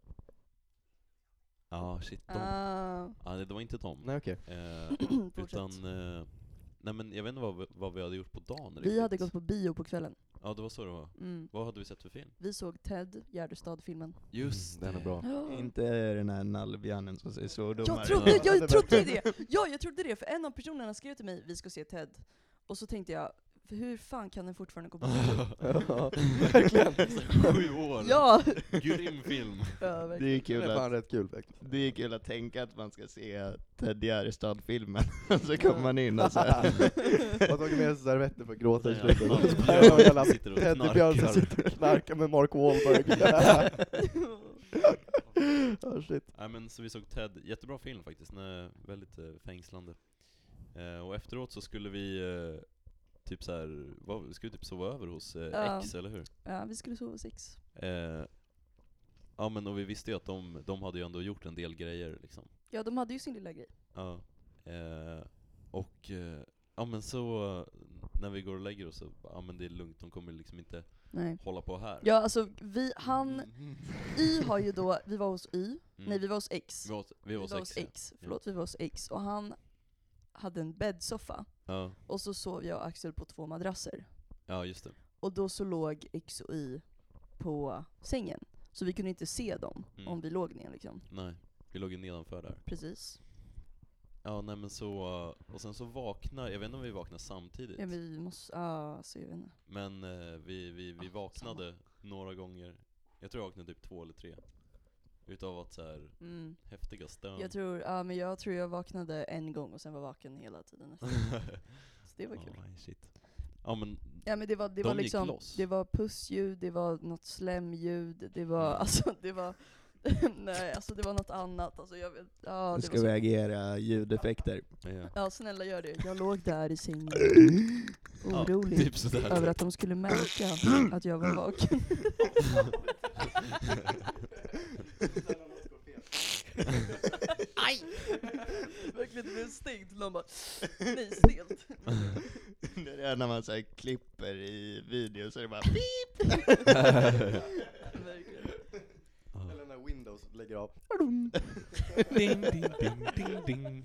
S2: Ja, shit. De,
S4: Ah,
S2: ja, det var inte de.
S1: Nej, okej.
S2: Eh,
S4: fortsätt.
S2: utan... Eh, nej men jag vet inte vad vi, vad vi hade gjort på dagen
S4: Vi
S2: riktigt.
S4: hade gått på bio på kvällen.
S2: Ja, det var så det var.
S4: Mm.
S2: Vad hade vi sett för film?
S4: Vi såg Ted, Gärdestad-filmen.
S2: Just
S1: Den är
S2: det.
S1: bra.
S3: Inte den här nallbjörnen som säger svordomar.
S4: Jag trodde,
S1: Ja,
S4: jag
S1: det
S4: trodde
S1: verkar-
S4: det! Ja, jag trodde det, för en av personerna skrev till mig, vi ska se Ted. Och så tänkte jag, för hur fan kan den fortfarande gå på bio?
S1: Ja, verkligen.
S2: Sju år.
S4: Ja!
S2: Grym film.
S4: Ja,
S3: Det
S4: verkligen.
S3: är
S1: Det
S3: kul
S1: är fan
S3: att,
S1: rätt kul faktiskt.
S3: det är kul att tänka att man ska se Ted Gärdestad-filmen. Och så kommer man in och så här.
S1: Och tagit med sig servetter för att gråta i
S2: Ja,
S1: slutet.
S2: ja.
S1: Och så bara en jävla
S2: Sitter och
S1: teddybjörn som
S2: knarkar.
S1: sitter och knarkar med Mark Wahlberg. Ja, shit.
S2: Nej men så vi såg Ted, jättebra film faktiskt, nej, väldigt eh, fängslande. Eh, och efteråt så skulle vi eh, typ så här, vad, vi skulle typ sova över hos eh,
S4: Ja.
S2: X, eller hur?
S4: Ja, vi skulle sova sex.
S2: Eh, ja men och vi visste ju att de, de hade ju ändå gjort en del grejer liksom.
S4: Ja, de hade ju sin lilla grej.
S2: Ja. Eh, och eh, ja men så eh, när vi går och lägger oss så, ja men det är lugnt, de kommer liksom inte
S4: Nej.
S2: hålla på här.
S4: Ja, alltså vi, han, Y har ju då, vi var hos Y,
S2: Mm.
S4: nej vi var hos X.
S2: Vi var, vi var,
S4: hos
S2: sex, ja.
S4: X, förlåt, vi var hos X. Och han hade en bäddsoffa.
S2: Ja,
S4: Och så sov jag och Axel på två madrasser.
S2: ja just det.
S4: Och då så låg X och Y på sängen. Så vi kunde inte se dem
S2: Mm.
S4: om vi låg ner liksom.
S2: Nej, vi låg ju nedanför där.
S4: Precis.
S2: Ja nej men så, och sen så vaknade, jag vet inte om vi vaknade samtidigt.
S4: Ja, men vi måste, ah, så jag vet inte.
S2: Men eh, vi, vi, vi
S4: Ah,
S2: vaknade några gånger. Jag tror jag vaknade typ två eller tre. Utav att så här
S4: Mm.
S2: häftiga stön.
S4: Jag tror, ja men jag tror jag vaknade en gång och sen var vaken hela tiden nästan. Så det var kul.
S2: Oh, shit. Ja men,
S4: Ja men det var, det
S2: De
S4: var
S2: gick
S4: liksom,
S2: loss.
S4: det var pussljud, det var något slemljud, det var,
S2: Mm.
S4: alltså det var, nej alltså det var något annat, alltså jag vet, ja
S3: Nu
S4: det
S3: ska
S4: var
S3: vi
S4: så,
S3: agera ljudeffekter.
S2: ja.
S4: ja snälla gör det, jag låg där i sängen,
S2: Ja,
S4: orolig
S2: typ sådär.
S4: över att de skulle märka att jag var vaken. Aj! Verkligen, det blev stängt. Någon bara, nej, stelt.
S3: Det är när man så här klipper i video så är det bara pip.
S4: Verkligen.
S1: Eller när Windows lägger av.
S2: Ding, ding, ding, ding, ding.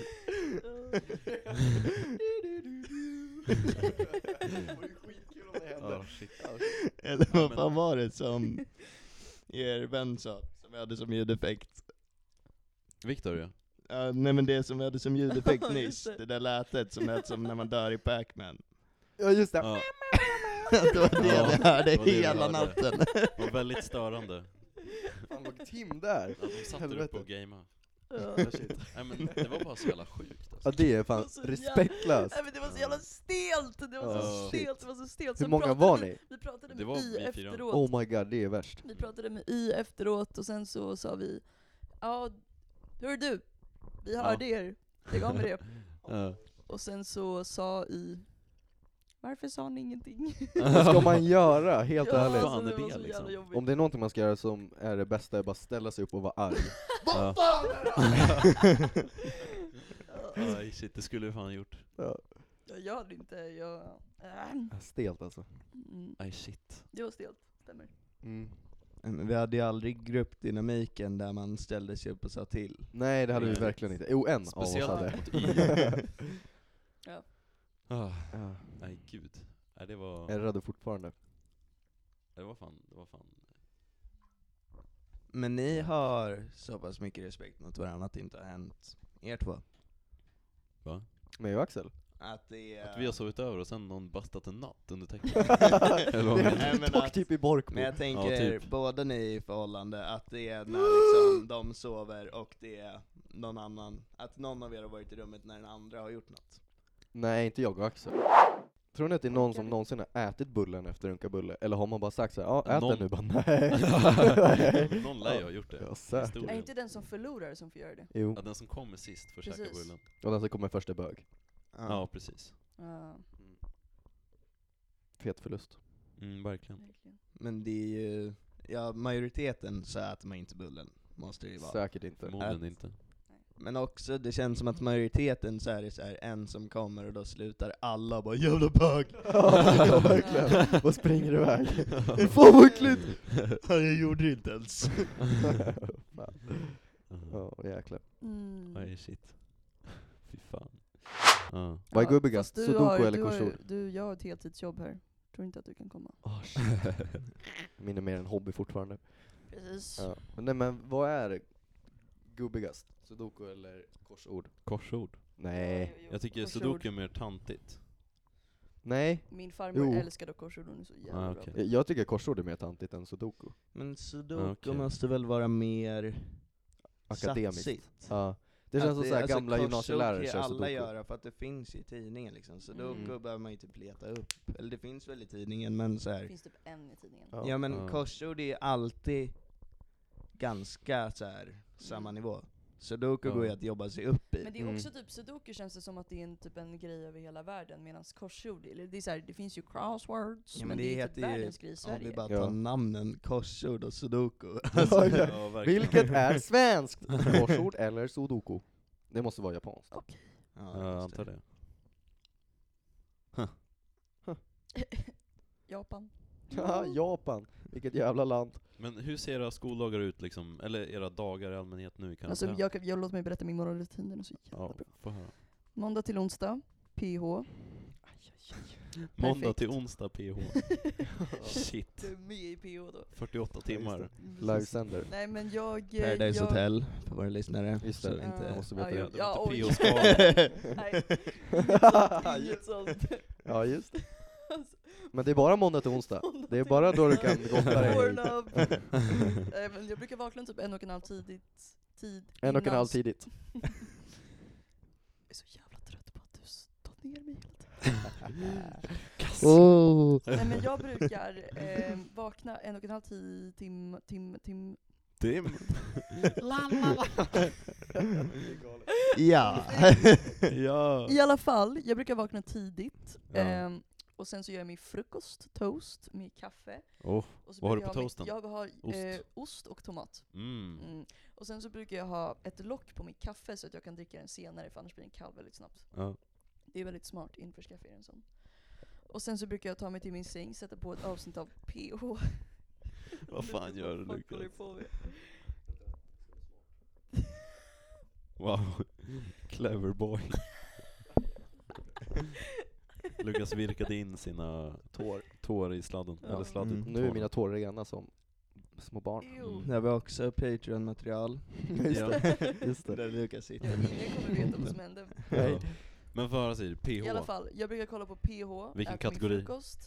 S1: Det vore skitkul om det hände.
S2: Oh, shit.
S3: Eller vad fan var det som er vän sa som vi hade som ljudeffekt?
S2: Victor, ja.
S3: Uh, nej men det som vi hade som ljudeffekt
S4: Just
S3: nyss,
S4: det.
S3: det där lätet som lät som när man dör i Pac-Man.
S1: Ja just det.
S2: Ja,
S3: Det var det
S2: Ja,
S3: vi hörde
S2: det var det vi
S3: hela
S2: hörde.
S3: natten.
S2: det var väldigt störande.
S1: Fan låg Tim där.
S2: Ja, de satt där
S1: Helvete.
S2: uppe och gamea.
S4: Ja.
S1: Ja, shit.
S2: Nej men det var bara så jävla sjukt alltså.
S1: Ja det är
S4: Det
S1: fan
S4: var så jävla-
S1: respektlöst.
S4: Nej, men det var så jävla stelt, det var så
S2: Ja.
S4: stelt, det var så stelt.
S1: Hur
S4: Sen
S1: många
S4: pratade
S1: var
S4: vi,
S1: ni?
S4: Vi pratade
S2: Det
S4: med
S2: var
S4: Y
S2: vi fyra.
S4: efteråt.
S1: Oh my god, det är värst.
S4: Vi pratade med Y efteråt och sen så sa vi, ja, hur är du? Vi hörde er, lägg av med det.
S2: Ja.
S4: Och sen så sa Y, varför sa ni ingenting?
S1: Vad ska man göra, helt
S4: Ja,
S1: ärligt?
S2: fan
S4: alltså,
S2: är
S4: var
S2: det
S4: så
S2: liksom?
S4: jävla jobbigt.
S1: Om det är någonting man ska göra som är det bästa är bara ställa sig upp och vara arg.
S2: Ja.
S4: Ja.
S2: Aj shit, det skulle vi fan gjort.
S1: Ja.
S4: Jag gör det inte, jag... Äh.
S1: Stelt alltså.
S4: Mm.
S2: Aj shit.
S4: Det var stelt, stämmer.
S1: Mm.
S3: Men vi hade ju aldrig gruppdynamiken där man ställde sig upp och sa till.
S1: Nej det hade vi
S2: Nej.
S1: verkligen inte. Jo, en av oss
S2: Speciellt
S1: hade.
S2: mot Y.
S4: Ja.
S2: Ah,
S1: Ja.
S2: nej gud. Nej det var...
S1: Jag är rädd fortfarande.
S2: Det var fan, det var fan...
S3: Men ni har så pass mycket respekt mot varandra att det inte har hänt er två.
S2: Va?
S1: Med och Axel?
S3: Att det är...
S2: Att vi har sovit över och sen någon bastat en natt under täcket. Eller vad
S1: Det
S2: menar
S3: Nej,
S1: är
S3: men
S1: dock
S3: att-
S1: typ i Borkmo.
S3: Men jag tänker,
S2: Ja, typ.
S3: båda ni i förhållande, att det är när liksom de sover och det är någon annan, att någon av er har varit i rummet när den andra har gjort något.
S1: Nej, inte jag och Axel. Tror ni att det är någon som någonsin har ätit bullen efter Unka Bulle? Eller har man bara sagt så här, ja ät
S2: Någon.
S1: den nu, bara nej.
S2: Någon lär ju ha gjort det.
S1: Ja, säkert.
S2: Historien.
S4: Är inte den som förlorar som får göra det?
S1: Jo,
S2: Ja, den som kommer sist får käka
S4: Precis.
S2: bullen.
S1: och den som kommer först är bög.
S2: Ja, precis.
S4: Ja,
S1: Fet förlust.
S2: Mm, verkligen.
S4: verkligen.
S3: Men det är ju, ja majoriteten så äter man inte bullen, måste det ju vara.
S1: Säkert inte.
S2: Förmodligen
S3: Ät.
S2: inte.
S3: Men också, det känns som att majoriteten så är det så här, en som kommer och då slutar alla bara jävla bög!
S1: Ja, verkligen. Vad springer iväg? Fy fan vad äckligt!
S3: Jag gjorde det inte ens.
S1: Fan. Ja, jäklar.
S4: Mm.
S2: Aj shit. Fy fan. Ja.
S1: Vad är
S4: Ja,
S1: gubbigast?
S4: fast du
S1: Sudoku
S4: har-
S1: eller
S4: du har-
S1: korsord?
S4: Du, jag har ett heltidsjobb här. Tror inte att du kan komma.
S1: Oh, Min är mer en hobby fortfarande.
S4: Precis.
S1: Ja. Men, nej, men vad är gubbigast? Sudoku eller korsord?
S2: Korsord.
S1: Nej.
S2: Jag tycker
S4: Korsord.
S2: sudoku är mer tantigt.
S1: Nej.
S4: Min farmor
S1: Jo.
S4: älskar dock korsord, hon är så jävla
S2: Ah,
S4: bra
S2: okej.
S4: på det.
S1: Jag tycker korsord är mer tantigt än sudoku.
S3: Men sudoku
S2: Okej.
S3: måste väl vara mer
S1: Akademiskt.
S3: satsigt.
S1: Ja. Det känns som
S3: Att
S1: så här
S3: alltså
S1: gamla
S3: korsord
S1: gymnasielärare
S3: kan ju
S1: kör
S3: alla
S1: sudoku.
S3: göra för att det finns i tidningen liksom. Sudoku
S1: Mm.
S3: behöver man ju typ leta upp. Eller det finns väl i tidningen, men så
S4: Det
S3: här.
S4: finns typ en i tidningen.
S1: Ja.
S3: Ja men
S2: Ja.
S3: korsord är alltid ganska så här samma
S4: Mm.
S3: nivå. Sudoku
S2: Ja.
S3: går ju att jobba sig upp i.
S4: Men det är
S1: Mm.
S4: också typ, sudoku känns det som att det är en, typ en grej över hela världen, medan korsord, eller det är så här, det finns ju crosswords,
S3: Ja,
S4: men det, är typ
S3: heter ju,
S4: världens grej i
S3: om
S4: Sverige.
S3: vi bara
S1: Ja.
S3: tar namnen, korsord och sudoku.
S1: Ja, ja.
S2: Ja, verkligen.
S1: Vilket är svenskt? Korsord eller sudoku? Det måste vara japanskt.
S4: Okej.
S2: Ja,
S3: just
S2: jag antar det.
S4: Japan.
S1: Ja, Japan. Vilket jävla land.
S2: Men hur ser era skoldagar ut liksom, eller era dagar i allmänhet nu i karantän?
S4: Alltså, jag, kan- jag låter mig berätta min morgonrutin, den är så jävla
S2: Ja,
S4: bra.
S2: få höra.
S4: Måndag till onsdag, P H.
S2: Måndag
S4: Perfekt.
S2: till onsdag P H. Shit.
S4: Du är med i P H då.
S2: fyrtioåtta timmar.
S1: Livesänder.
S4: Nej men jag... eh,
S3: Paradise
S4: jag,
S3: Hotel för våra lyssnare.
S1: Just
S3: Så
S1: det.
S3: inte...
S1: Jag måste veta
S4: ja,
S1: det.
S4: ja,
S2: Det
S4: oj.
S2: var inte P H-skalan.
S4: Nej, inget sånt, inget sånt.
S1: Ja, just det. Men det är bara måndag till onsdag. Det är bara då du kan gotta dig.
S4: Pornhub. Nej, men jag brukar vakna typ en och en halv tidigt. Tid
S1: En och en
S4: innan-
S1: halv tidigt.
S4: Jag är så jävla trött på att du står ner mig hela tiden.
S1: Oh.
S4: Nej men jag brukar eh, vakna en och en halv ti- tim, tim, tim.
S2: Tim.
S3: Ja.
S2: Ja.
S4: I alla fall, jag brukar vakna tidigt.
S2: Ja.
S4: Eh, Och sen så gör jag min frukost, toast med kaffe.
S2: Oh.
S4: Och så
S2: Vad har
S4: brukar
S2: du på
S4: jag ha
S2: toasten?
S4: Min, jag har
S2: Ost.
S4: Eh, ost och tomat.
S2: Mm.
S4: Mm. Och sen så brukar jag ha ett lock på mitt kaffe så att jag kan dricka den senare, för annars blir den kall väldigt snabbt.
S2: Ja.
S4: Det är väldigt smart, införskaffa er en sån. Och sen så brukar jag ta mig till min säng, sätta på ett avsnitt av P H.
S2: Vad fan gör du,
S4: Vad
S2: Lukas?
S4: håller du på med?
S2: Wow. Clever boy. Lukas virkade in sina tår, tår i sladden.
S4: Ja.
S2: Eller sladd
S3: Mm.
S2: ut
S1: Nu är
S2: tårna.
S1: mina tårar rena som små barn.
S4: Ew.
S3: Det har vi också Patreon-material.
S1: Just
S2: Ja.
S1: det. Just det.
S3: Där Lukas
S4: Ja,
S3: sitter.
S4: ingen kommer veta vad som hände.
S1: Nej.
S2: Men för höra sig, P H.
S4: I alla fall, jag brukar kolla på P H,
S2: Vilken
S4: äta min
S2: kategori?
S4: frukost.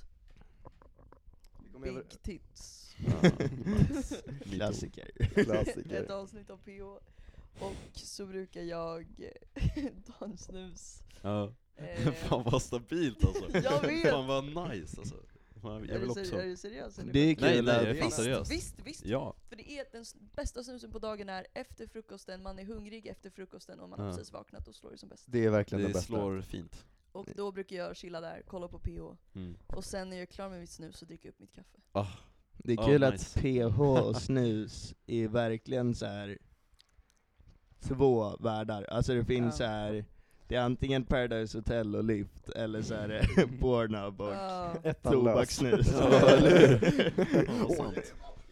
S4: Big tits.
S2: Ja.
S3: Klassiker.
S4: Ett
S1: Klassiker.
S4: avsnitt av P H. Och så brukar jag ta en snus.
S2: Ja.
S4: Eh,
S2: Fan vad stabilt alltså.
S4: Jag vet.
S2: Fan vad nice alltså. Fan, jag
S4: är,
S2: vill
S4: du seri-
S2: också.
S4: är du seriös? Eller?
S3: Det är
S2: Nej,
S3: kul
S2: nej,
S3: att-
S2: jag är fan
S4: visst,
S2: seriös.
S4: visst, visst.
S2: Ja.
S4: För det är den s- bästa snusen på dagen är efter frukosten, man är hungrig efter frukosten och man har
S2: Ja.
S4: precis vaknat och slår det som bäst.
S1: Det är verkligen det
S2: Det
S1: bästa.
S2: slår fint.
S4: Och då brukar jag chilla där, kolla på P H.
S2: Mm.
S4: Och sen när jag är klar med mitt snus så dricker jag upp mitt kaffe.
S2: Ah.
S3: Det är
S2: Ja,
S3: kul
S2: nice.
S3: att P H och snus är verkligen så här två världar. Alltså det finns
S4: Ja.
S3: så här, det är antingen Paradise Hotel och Lyft, eller så är det Pornhub och
S4: Ja.
S1: Ettan lös.
S3: tobakssnus.
S2: Ja,
S3: eller
S2: Ja,
S3: hur?
S2: sant.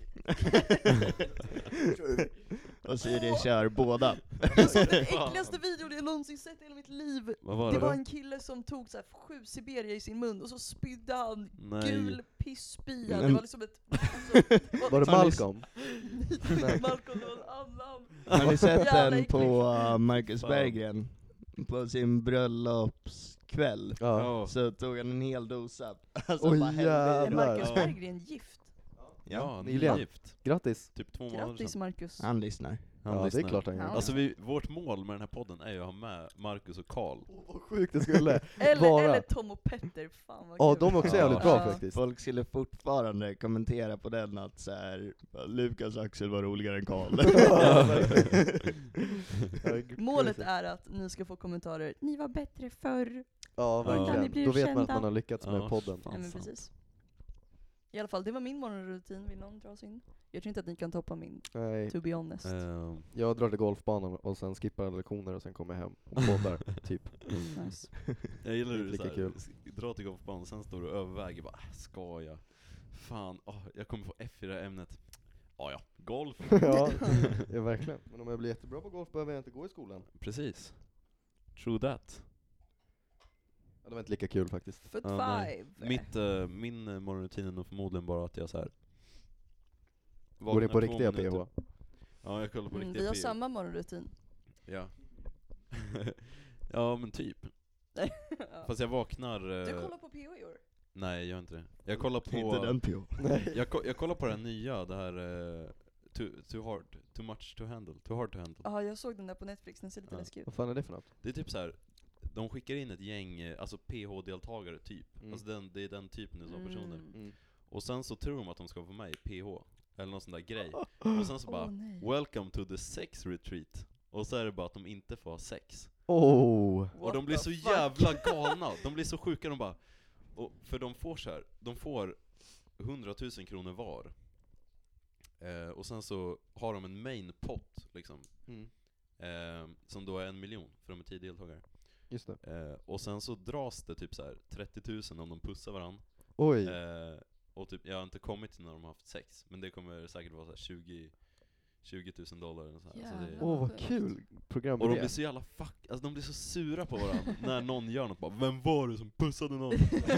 S3: Och så är det kör båda.
S4: Jag såg den äckligaste videon jag någonsin sett i hela mitt liv.
S2: Vad var
S4: Det
S2: det
S4: var
S2: då?
S4: en kille som tog så här sju Siberia i sin mun och så spydde han
S2: Nej.
S4: gul pissspya. Det
S3: Men-
S4: var liksom ett... Alltså,
S1: Var det
S3: Har ni-
S1: Malcolm?
S4: Nej, Malcolm, det var en annan.
S3: Har ni sett
S4: Jävla
S3: den
S4: äckligt.
S3: på uh, Marcus
S2: Fan.
S3: Berggren? På sin bröllopskväll.
S1: Ja.
S2: Ja.
S3: Så tog han en hel dosa. Alltså
S1: Oj,
S3: bara hällde i
S1: jävlar.
S4: Är
S3: den.
S4: Marcus
S2: Ja.
S4: Berggren gift?
S2: Ja,
S1: nyligen.
S2: gift.
S1: Grattis.
S2: Typ två månader
S4: Grattis
S2: sedan.
S4: Marcus.
S3: Han lyssnar.
S2: Han
S1: Ja, det är
S2: lyssnar.
S1: klart han gör.
S4: Ja.
S2: Alltså vi, vårt mål med den här podden är ju att ha med Marcus och Karl.
S1: Vad sjukt det skulle
S4: Eller,
S1: vara.
S4: eller Tom och Petter, fan vad
S1: Ja,
S4: kul.
S1: de är också
S2: Ja.
S1: jävligt bra
S4: Ja.
S1: faktiskt.
S3: Folk skulle fortfarande kommentera på den att så här, Lukas Axel var roligare än Karl.
S1: Ja, verkligen. Ja, g-
S4: Målet
S1: crazy.
S4: är att ni ska få kommentarer, ni var bättre förr.
S1: Ja,
S2: Ni
S1: verkligen.
S4: blir
S1: Då vet man att
S4: kända.
S1: man har lyckats med
S2: Ja,
S1: podden.
S2: fan.
S4: Nej men
S2: sant.
S4: precis. I alla fall, det var min morgonrutin, vill någon dra sin? Jag tror inte att ni kan toppa min,
S1: Nej,
S4: to be honest.
S2: Ehm,
S1: jag drar till golfbanan och sen skippar alla lektioner och sen kommer jag hem och poddar, typ.
S4: Nice.
S2: jag gillar hur
S1: Inte
S2: du
S1: lika
S2: såhär,
S1: kul.
S2: s- drar till golfbanan och sen står du och överväger bara, äh, ska jag? Fan, åh, jag kommer få F i det här ämnet. Ah, ja, golf.
S1: Ja, ja, verkligen. Men om jag blir jättebra på golf behöver jag inte gå i skolan.
S2: Precis. True that.
S1: Ja, det var inte lika kul faktiskt.
S4: Foot
S2: Ja, nej.
S4: five.
S2: Mitt, eh, min eh, morgonrutin är nog förmodligen bara att jag så här.
S1: Går in på
S2: vaknar två
S1: riktiga P
S2: minuter.
S1: H.
S2: Ja, jag kollar på
S4: Mm,
S2: riktiga
S4: vi har
S2: P H.
S4: samma morgonrutin.
S2: Ja. Ja, men typ.
S4: Ja.
S2: Fast jag vaknar... eh,
S4: Du kollar på P O i år?
S2: Nej, jag gör inte det. Jag kollar på...
S3: Inte den P H.
S1: Nej.
S2: Jag, ko- jag kollar på det här nya, det här... eh, too, too hard, too much to handle, too hard to handle.
S4: Ja, jag såg den där på Netflix, den ser lite
S2: Ja.
S4: läskig ut.
S1: Vad fan är det för något?
S2: Det är typ så här. De skickar in ett gäng, eh, alltså P H-deltagare typ.
S1: Mm.
S2: Alltså den, det är den typen av personer.
S4: Mm.
S1: Mm.
S2: Och sen så tror de att de ska få med i P H. Eller någon sån där grej. Och sen så bara,
S4: Åh nej.
S2: welcome to the sex retreat. Och så är det bara att de inte får ha sex.
S1: Oh!
S2: Och
S4: What
S2: de blir
S4: the
S2: så
S4: fuck?
S2: jävla galna. De blir så sjuka, de bara... Och för de får så här, de får hundratusen kronor var. Eh, och sen så har de en main pot liksom.
S1: Mm.
S2: Eh, som då är en miljon för de är tio deltagare.
S1: Just det.
S2: Eh, och sen så dras det typ så här trettio tusen om de pussar varandra.
S1: Oj.
S2: Eh, och typ, jag har inte kommit till när de har haft sex. Men det kommer säkert vara så här tjugo tjugo tusen dollar eller så här. Så det,
S4: Jävlar.
S1: Åh, vad
S4: sjukt.
S1: kul program
S2: och de
S1: det
S2: blir så jävla fuck, alltså de blir så sura på varandra när någon gör något, bara, vem var det som pussade någon?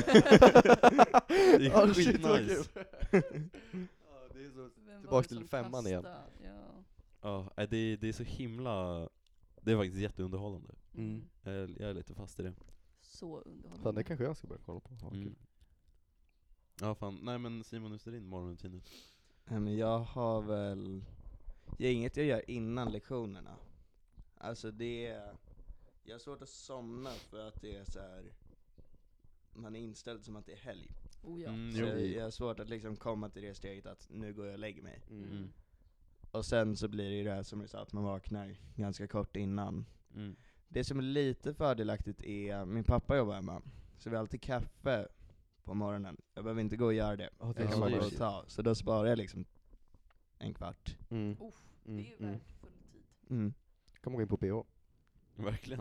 S2: Det är
S1: Ah, shit, vad
S2: skitnice.
S1: kul. Ja, det är så.
S4: Vem var
S1: Tillbaks
S4: det
S1: till
S4: som
S1: femman igen.
S4: kastade? Ja.
S2: Ja, nej, det, det är så himla, det är faktiskt jätteunderhållande.
S1: Mm.
S2: Jag, jag är lite fast i det.
S4: Så underhållande.
S1: Fan, det kanske jag ska börja kolla på. Ja,
S2: Mm.
S1: kul.
S2: Ja fan, nej men Simon, hur ser din morgonrutin ut?
S3: Nej, men jag har väl, det är inget jag gör innan lektionerna. Alltså det är, jag har svårt att somna för att det är så här, man är inställd som att det är helg.
S4: Oh, ja.
S2: Mm,
S3: Så
S2: jo.
S3: jag, jag har svårt att liksom komma till det steget att nu går jag och lägger mig.
S1: Mm.
S2: Mm.
S3: Och sen så blir det ju det här som du sa, att man vaknar ganska kort innan.
S2: Mm.
S3: Det som är lite fördelaktigt är, min pappa jobbar hemma, så vi har alltid kaffe på morgonen. Jag behöver inte gå och göra det.
S1: Ja, det
S3: Jag
S1: är
S3: kan bara
S2: smart.
S3: gå och ta. Så då sparar jag liksom en kvart.
S1: Mm.
S4: Uff,
S1: Mm,
S4: det är ju
S1: mm.
S4: värdefull tid.
S3: Mm.
S1: Kan man gå in på P H?
S2: Verkligen.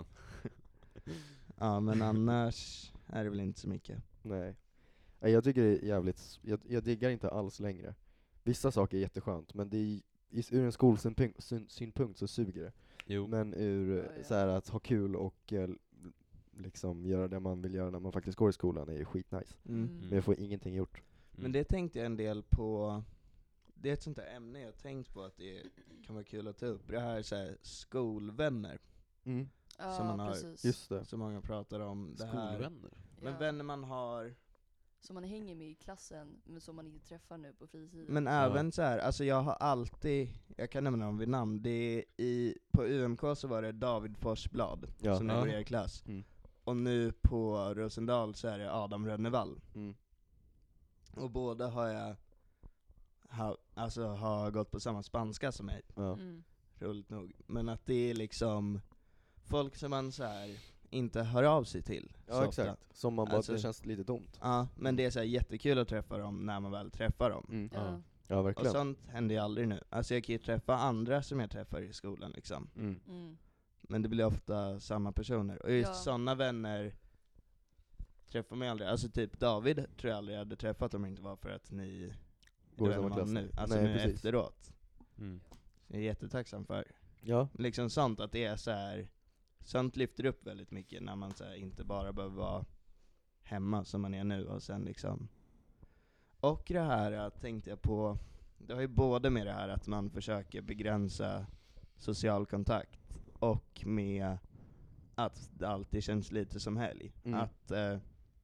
S3: Ja, men annars är det väl inte så mycket.
S1: Nej. Nej, jag tycker det är jävligt, s- jag, jag diggar inte alls längre. Vissa saker är jätteskönt, men det är, i- ur en skolsynpunkt syn, synpunkt så suger det.
S2: Jo.
S1: Men ur
S4: Ja,
S1: eh,
S4: ja.
S1: så här, att ha kul och eh, liksom göra det man vill göra när man faktiskt går i skolan är ju skitnice.
S3: Mm.
S1: Men jag får ingenting gjort.
S2: Mm.
S3: Men det tänkte jag en del på. Det är ett sånt där ämne jag tänkt på att det kan vara kul att ta upp. Det här är så här skolvänner
S1: Mm.
S4: Ja,
S3: som man har-
S4: precis.
S1: Just det.
S3: som många pratar om. Det här.
S2: Skolvänner.
S3: Men
S4: Ja.
S3: vänner man har.
S4: Som man hänger med i klassen, men som man inte träffar nu på fritiden.
S3: Men även så här, alltså jag har alltid, jag kan nämna dem vid namn, det är i, på U M K så var det David Forsblad,
S1: Ja.
S3: som
S2: Ja.
S3: nu går i er klass.
S1: Mm.
S3: Och nu på Rosendal så är det Adam Rönnevall.
S1: Mm.
S3: Och båda har jag, ha, alltså har gått på samma spanska som mig,
S1: Ja.
S4: Mm.
S3: roligt nog. Men att det är liksom folk som man så här inte hör av sig till så
S1: Ja,
S3: ofta.
S1: exakt. Som man bara,
S3: Alltså-
S1: det känns lite dumt.
S3: Ja, men det är så här jättekul att träffa dem när man väl träffar dem.
S1: Mm.
S4: Ja.
S1: Ja,
S3: Och
S1: verkligen.
S3: sånt händer ju aldrig nu. Alltså jag kan ju träffa andra som jag träffar i skolan liksom.
S1: Mm.
S4: Mm.
S3: Men det blir ofta samma personer. Och just
S4: Ja.
S3: sådana vänner träffar man aldrig. Alltså typ David tror jag aldrig hade träffat om det inte var för att ni
S1: Går i
S3: är
S1: samma
S3: vänner
S1: klass.
S3: nu. Alltså
S1: Nej,
S3: nu
S1: precis.
S3: efteråt.
S2: Mm.
S3: Jag är jättetacksam för.
S1: Ja.
S3: Liksom sånt, att det är så här. Sånt lyfter upp väldigt mycket när man så här, inte bara behöver vara hemma som man är nu och sen liksom. Och det här äh, tänkte jag på, det har ju både med det här att man försöker begränsa social kontakt och med att det alltid känns lite som helg.
S1: Mm.
S3: Att eh,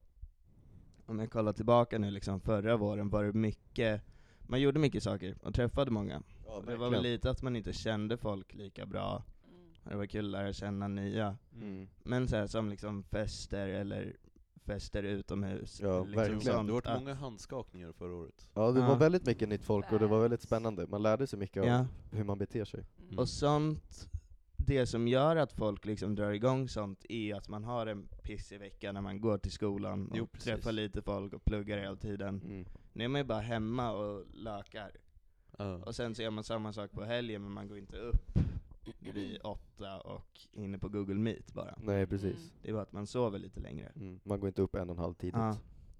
S3: om jag kollar tillbaka nu liksom förra våren var det mycket, man gjorde mycket saker och träffade många.
S1: Ja,
S3: Och det var väl lite att man inte kände folk lika bra.
S4: Mm.
S3: Det var kul att lära känna nya.
S1: Mm.
S3: Men så här, som liksom fester eller fester utomhus.
S1: Ja,
S3: eller liksom
S1: verkligen.
S3: sånt,
S2: Det har varit
S3: att-
S2: många handskakningar förra året.
S1: Ja, det
S3: Ja.
S1: var väldigt mycket nytt folk och det var väldigt spännande. Man lärde sig mycket
S3: Ja.
S1: av hur man beter sig.
S4: Mm.
S3: Och sånt, det som gör att folk liksom drar igång sånt är att man har en pissig vecka när man går till skolan och
S2: Jo, precis.
S3: träffar lite folk och pluggar hela tiden.
S1: Mm.
S3: Nu är man ju bara hemma och lökar.
S2: Ja.
S3: Och sen så gör man samma sak på helgen, men man går inte upp vid åtta och inne på Google Meet bara.
S1: Nej, precis.
S4: Mm.
S3: Det är bara att man sover lite längre.
S1: Mm. Man går inte upp en och en halv tidigt.
S3: Ja.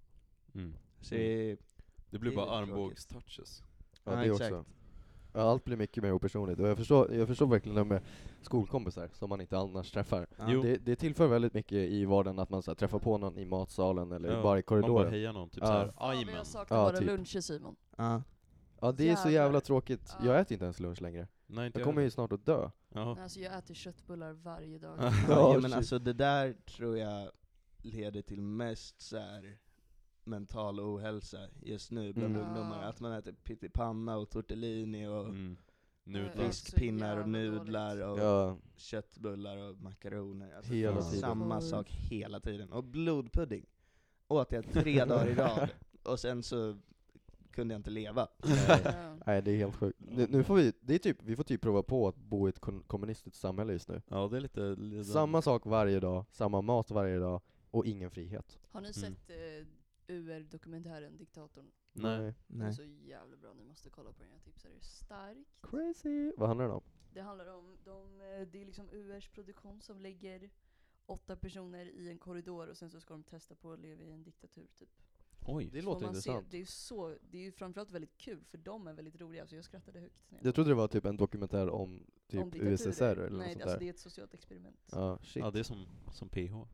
S2: Mm.
S3: Så det,
S2: Det blir
S3: Det är
S2: bara
S3: lite
S2: armbågstouches.
S1: Ja,
S3: Ja,
S1: det
S3: exakt.
S1: också. Ja, allt blir mycket mer opersonligt. Och jag förstår, jag förstår verkligen det med skolkompisar som man inte annars träffar.
S3: ja.
S2: Jo.
S1: Det, det tillför väldigt mycket i vardagen att man så här, träffar på någon i matsalen eller
S2: Ja,
S1: bara i
S2: Man
S1: korridoren.
S2: bara hejar någon, typ
S1: Ja.
S2: såhär,
S4: Fan vad
S2: ajmen.
S4: jag saknar
S1: Ja,
S4: våra
S1: typ.
S4: luncher, Simon.
S3: Ja.
S1: Ja, det är så
S4: Jävlar.
S1: jävla tråkigt.
S4: Ja.
S1: Jag äter inte ens lunch längre.
S2: Nej, inte
S1: Jag kommer ju snart att dö.
S2: Ja.
S4: Alltså jag äter köttbullar varje dag.
S3: Ja,
S1: Ja,
S3: men
S1: shit.
S3: alltså det där tror jag leder till mest så här mental ohälsa just nu bland
S1: Mm.
S3: ungdomar.
S4: Ja.
S3: Att man äter pyttipanna och tortellini och
S2: Mm.
S4: Ja,
S2: Nudlar.
S4: så
S3: fiskpinnar och
S4: jävla
S3: nudlar
S4: dåligt.
S3: och
S1: Ja,
S3: köttbullar och makaroner. Alltså
S1: Hela
S3: det är
S1: tiden.
S3: samma
S4: Korv.
S3: sak hela tiden. Och blodpudding åt jag tre dagar i rad och sen så kunde jag inte leva.
S1: nej.
S4: Ja.
S1: Nej, det är helt sjukt. Nu, nu får vi, det är typ, vi får typ prova på att bo i ett kon- kommunistiskt samhälle just nu.
S2: Ja, det är lite... lite
S1: Samma sak varje dag, samma mat varje dag och ingen frihet.
S4: Har ni
S2: Mm.
S4: sett eh, U R-dokumentären Diktatorn?
S2: Nej.
S4: Den är
S3: Nej.
S4: så jävla bra, ni måste kolla på den, jag tipsar er starkt.
S1: Crazy! Vad handlar det om?
S4: Det handlar om, de, eh, det är liksom U R's produktion som lägger åtta personer i en korridor och sen så ska de testa på att leva i en diktatur typ.
S2: Oj.
S1: Det
S4: Så
S1: låter
S4: man
S1: intressant.
S4: Ser, det är ju så, det är ju framförallt väldigt kul för de är väldigt roliga, så jag skrattade högt. När
S1: Jag trodde det var typ en dokumentär om typ
S4: om
S1: U S S R
S4: diktaturer.
S1: eller
S4: Nej,
S1: något sånt
S4: alltså
S1: där.
S4: det är ett socialt experiment.
S1: Ja, shit.
S2: Ja, det är som, som P H.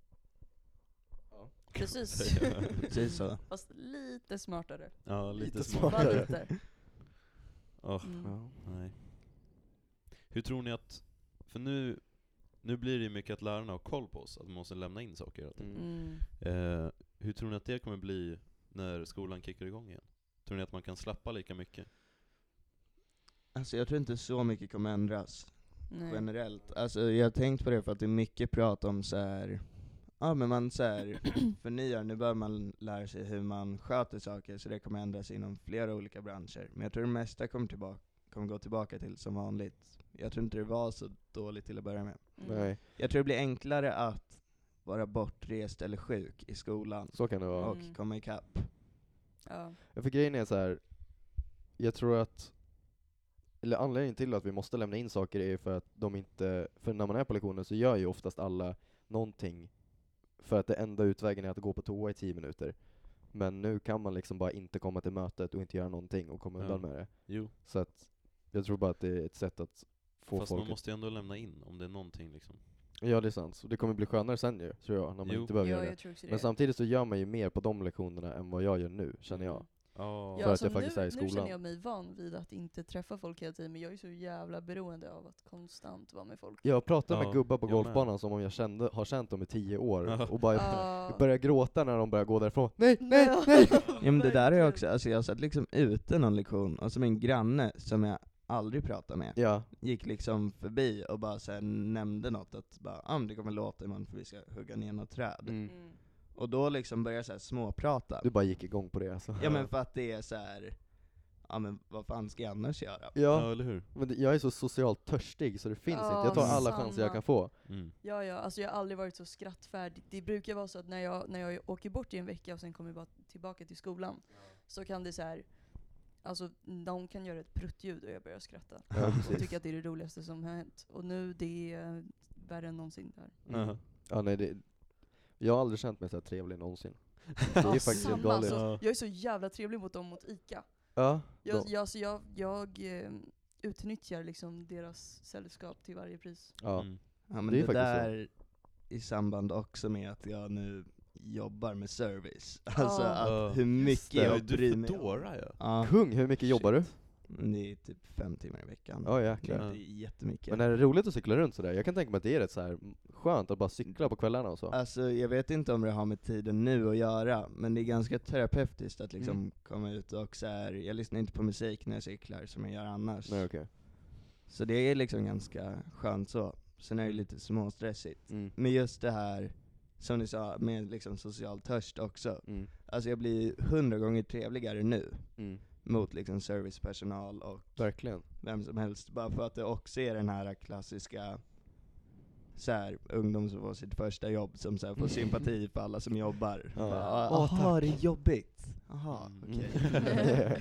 S4: Precis.
S3: Precis så.
S4: Fast lite smartare.
S2: Ja, lite,
S1: Lite
S2: smart.
S1: smartare.
S4: Bara lite.
S2: Åh,
S4: Mm.
S1: Ja.
S2: nej. Hur tror ni att... För nu, nu blir det ju mycket att lärarna har koll på oss, att man måste lämna in saker hela tiden.
S1: Mm.
S4: Mm.
S2: Eh, hur tror ni att det kommer bli när skolan kickar igång igen? Tror ni att man kan släppa lika mycket?
S3: Alltså jag tror inte så mycket kommer ändras.
S4: Nej.
S3: Generellt. Alltså jag har tänkt på det för att det är mycket prat om så här. Ja men man så här förnyar, nu bör man lära sig hur man sköter saker, så det kommer ändras inom flera olika branscher. Men jag tror det mesta kommer, tillbaka, kommer gå tillbaka till som vanligt. Jag tror inte det var så dåligt till att börja med.
S4: Mm.
S1: Nej.
S3: Jag tror det blir enklare att vara bortrest eller sjuk i skolan
S1: Så kan det vara.
S3: och
S4: Mm.
S3: komma ikapp.
S4: Ja.
S1: För grejen är så här. Jag tror att, eller anledningen till att vi måste lämna in saker är för att de inte, för när man är på lektioner så gör ju oftast alla någonting för att det enda utvägen är att gå på toa i tio minuter. Men nu kan man liksom bara inte komma till mötet och inte göra någonting och komma
S2: Ja.
S1: undan med det.
S2: Jo,
S1: Så att jag tror bara att det är ett sätt att få
S2: fast
S1: folk
S2: man måste ju ändå lämna in om det är någonting liksom.
S1: att, ja det är sant. Så det kommer bli skönare sen ju, tror jag, när man
S2: Jo.
S1: inte behöver
S4: Ja,
S1: göra det.
S4: jag tror också det.
S1: Men samtidigt så gör man ju mer på de lektionerna än vad jag gör nu, känner jag.
S4: Mm.
S2: Ja,
S1: För
S4: Ja,
S1: att
S4: så
S1: jag faktiskt
S4: nu,
S1: är i
S4: nu
S1: skolan.
S4: känner jag mig van vid att inte träffa folk hela tiden, men jag är så jävla beroende av att konstant vara med folk.
S1: Jag pratar med
S2: Ja,
S1: gubbar på
S2: jag med.
S1: golfbanan som om jag kände, har känt dem i tio år
S2: Ja.
S1: och bara
S4: Ja.
S1: börjar gråta när de börjar gå därifrån. Nej, nej,
S4: Ja.
S1: nej!
S3: Ja men det där är
S4: Verkligen.
S3: också, alltså jag satt liksom ute någon lektion, och så min granne som jag aldrig pratar med,
S1: Ja,
S3: gick liksom förbi och bara så här nämnde något att bara, ah, men det kommer låta imorgon för vi ska hugga ner något träd.
S1: mm.
S4: Mm.
S3: Och då liksom började jag så här småprata.
S1: Du bara gick igång på det alltså.
S3: Ja men för att det är så här. Ja men vad fan ska jag annars göra?
S2: ja,
S1: Ja,
S2: eller hur?
S1: men det, jag är så socialt törstig så det finns
S4: Ja,
S1: inte. Jag tar alla
S4: samma.
S1: chanser jag kan få.
S2: Mm.
S4: Ja, ja, alltså jag har aldrig varit så skrattfärdig. Det brukar vara så att när jag, när jag åker bort i en vecka och sen kommer bara tillbaka till skolan, så kan det så här, alltså någon kan göra ett pruttljud och jag börjar skratta.
S1: Ja,
S4: och
S1: precis.
S4: tycker att det är det roligaste som har hänt. Och nu det är värre än någonsin där.
S1: Mm.
S2: Ja.
S1: Ja, nej, det, jag har aldrig känt mig så här trevlig någonsin. Det är
S4: Ja,
S1: ju faktiskt helt
S4: samma,
S1: galet.
S4: så
S2: Ja.
S4: jag är så jävla trevlig mot dem mot ICA.
S1: Ja,
S4: Jag,
S1: då-
S4: jag, alltså jag, jag eh, utnyttjar liksom deras sällskap till varje pris.
S1: ja.
S2: Mm.
S3: Ja men
S1: Det
S3: det,
S1: är faktiskt
S3: där i samband också med att jag nu jobbar med service. Alltså
S4: Ja.
S3: att
S2: det.
S3: hur mycket
S2: Ja,
S3: jag
S2: du
S3: bryr
S2: är
S3: mig om.
S2: Foodora, ja.
S3: Ja,
S1: Kung, hur mycket jobbar du?
S3: det är typ fem timmar i veckan.
S1: Ja
S3: Det
S1: jäklar.
S3: är inte jättemycket.
S1: Men är det roligt att cykla runt sådär? Jag kan tänka mig att det är rätt så här skönt att bara cykla på kvällarna och så.
S3: Alltså jag vet inte om det har med tiden nu att göra, men det är ganska terapeutiskt att liksom
S1: Mm.
S3: komma ut och så här. Jag lyssnar inte på musik när jag cyklar som jag gör annars.
S1: Nej, okej.
S3: Så det är liksom ganska skönt så. Sen är det lite småstressigt.
S1: Mm.
S3: Men just det här, som ni sa, med liksom social törst också.
S1: Mm.
S3: Alltså jag blir hundra gånger trevligare nu
S1: Mm.
S3: mot liksom servicepersonal och
S1: Verkligen.
S3: vem som helst. Bara för att det också är den här klassiska så här, ungdom som får sitt första jobb som så här, får sympati för alla som jobbar.
S1: Ja.
S3: Bara,
S1: Åh,
S3: Aha,
S1: tack."
S3: det är jobbigt. Aha,
S2: Mm.
S3: okej.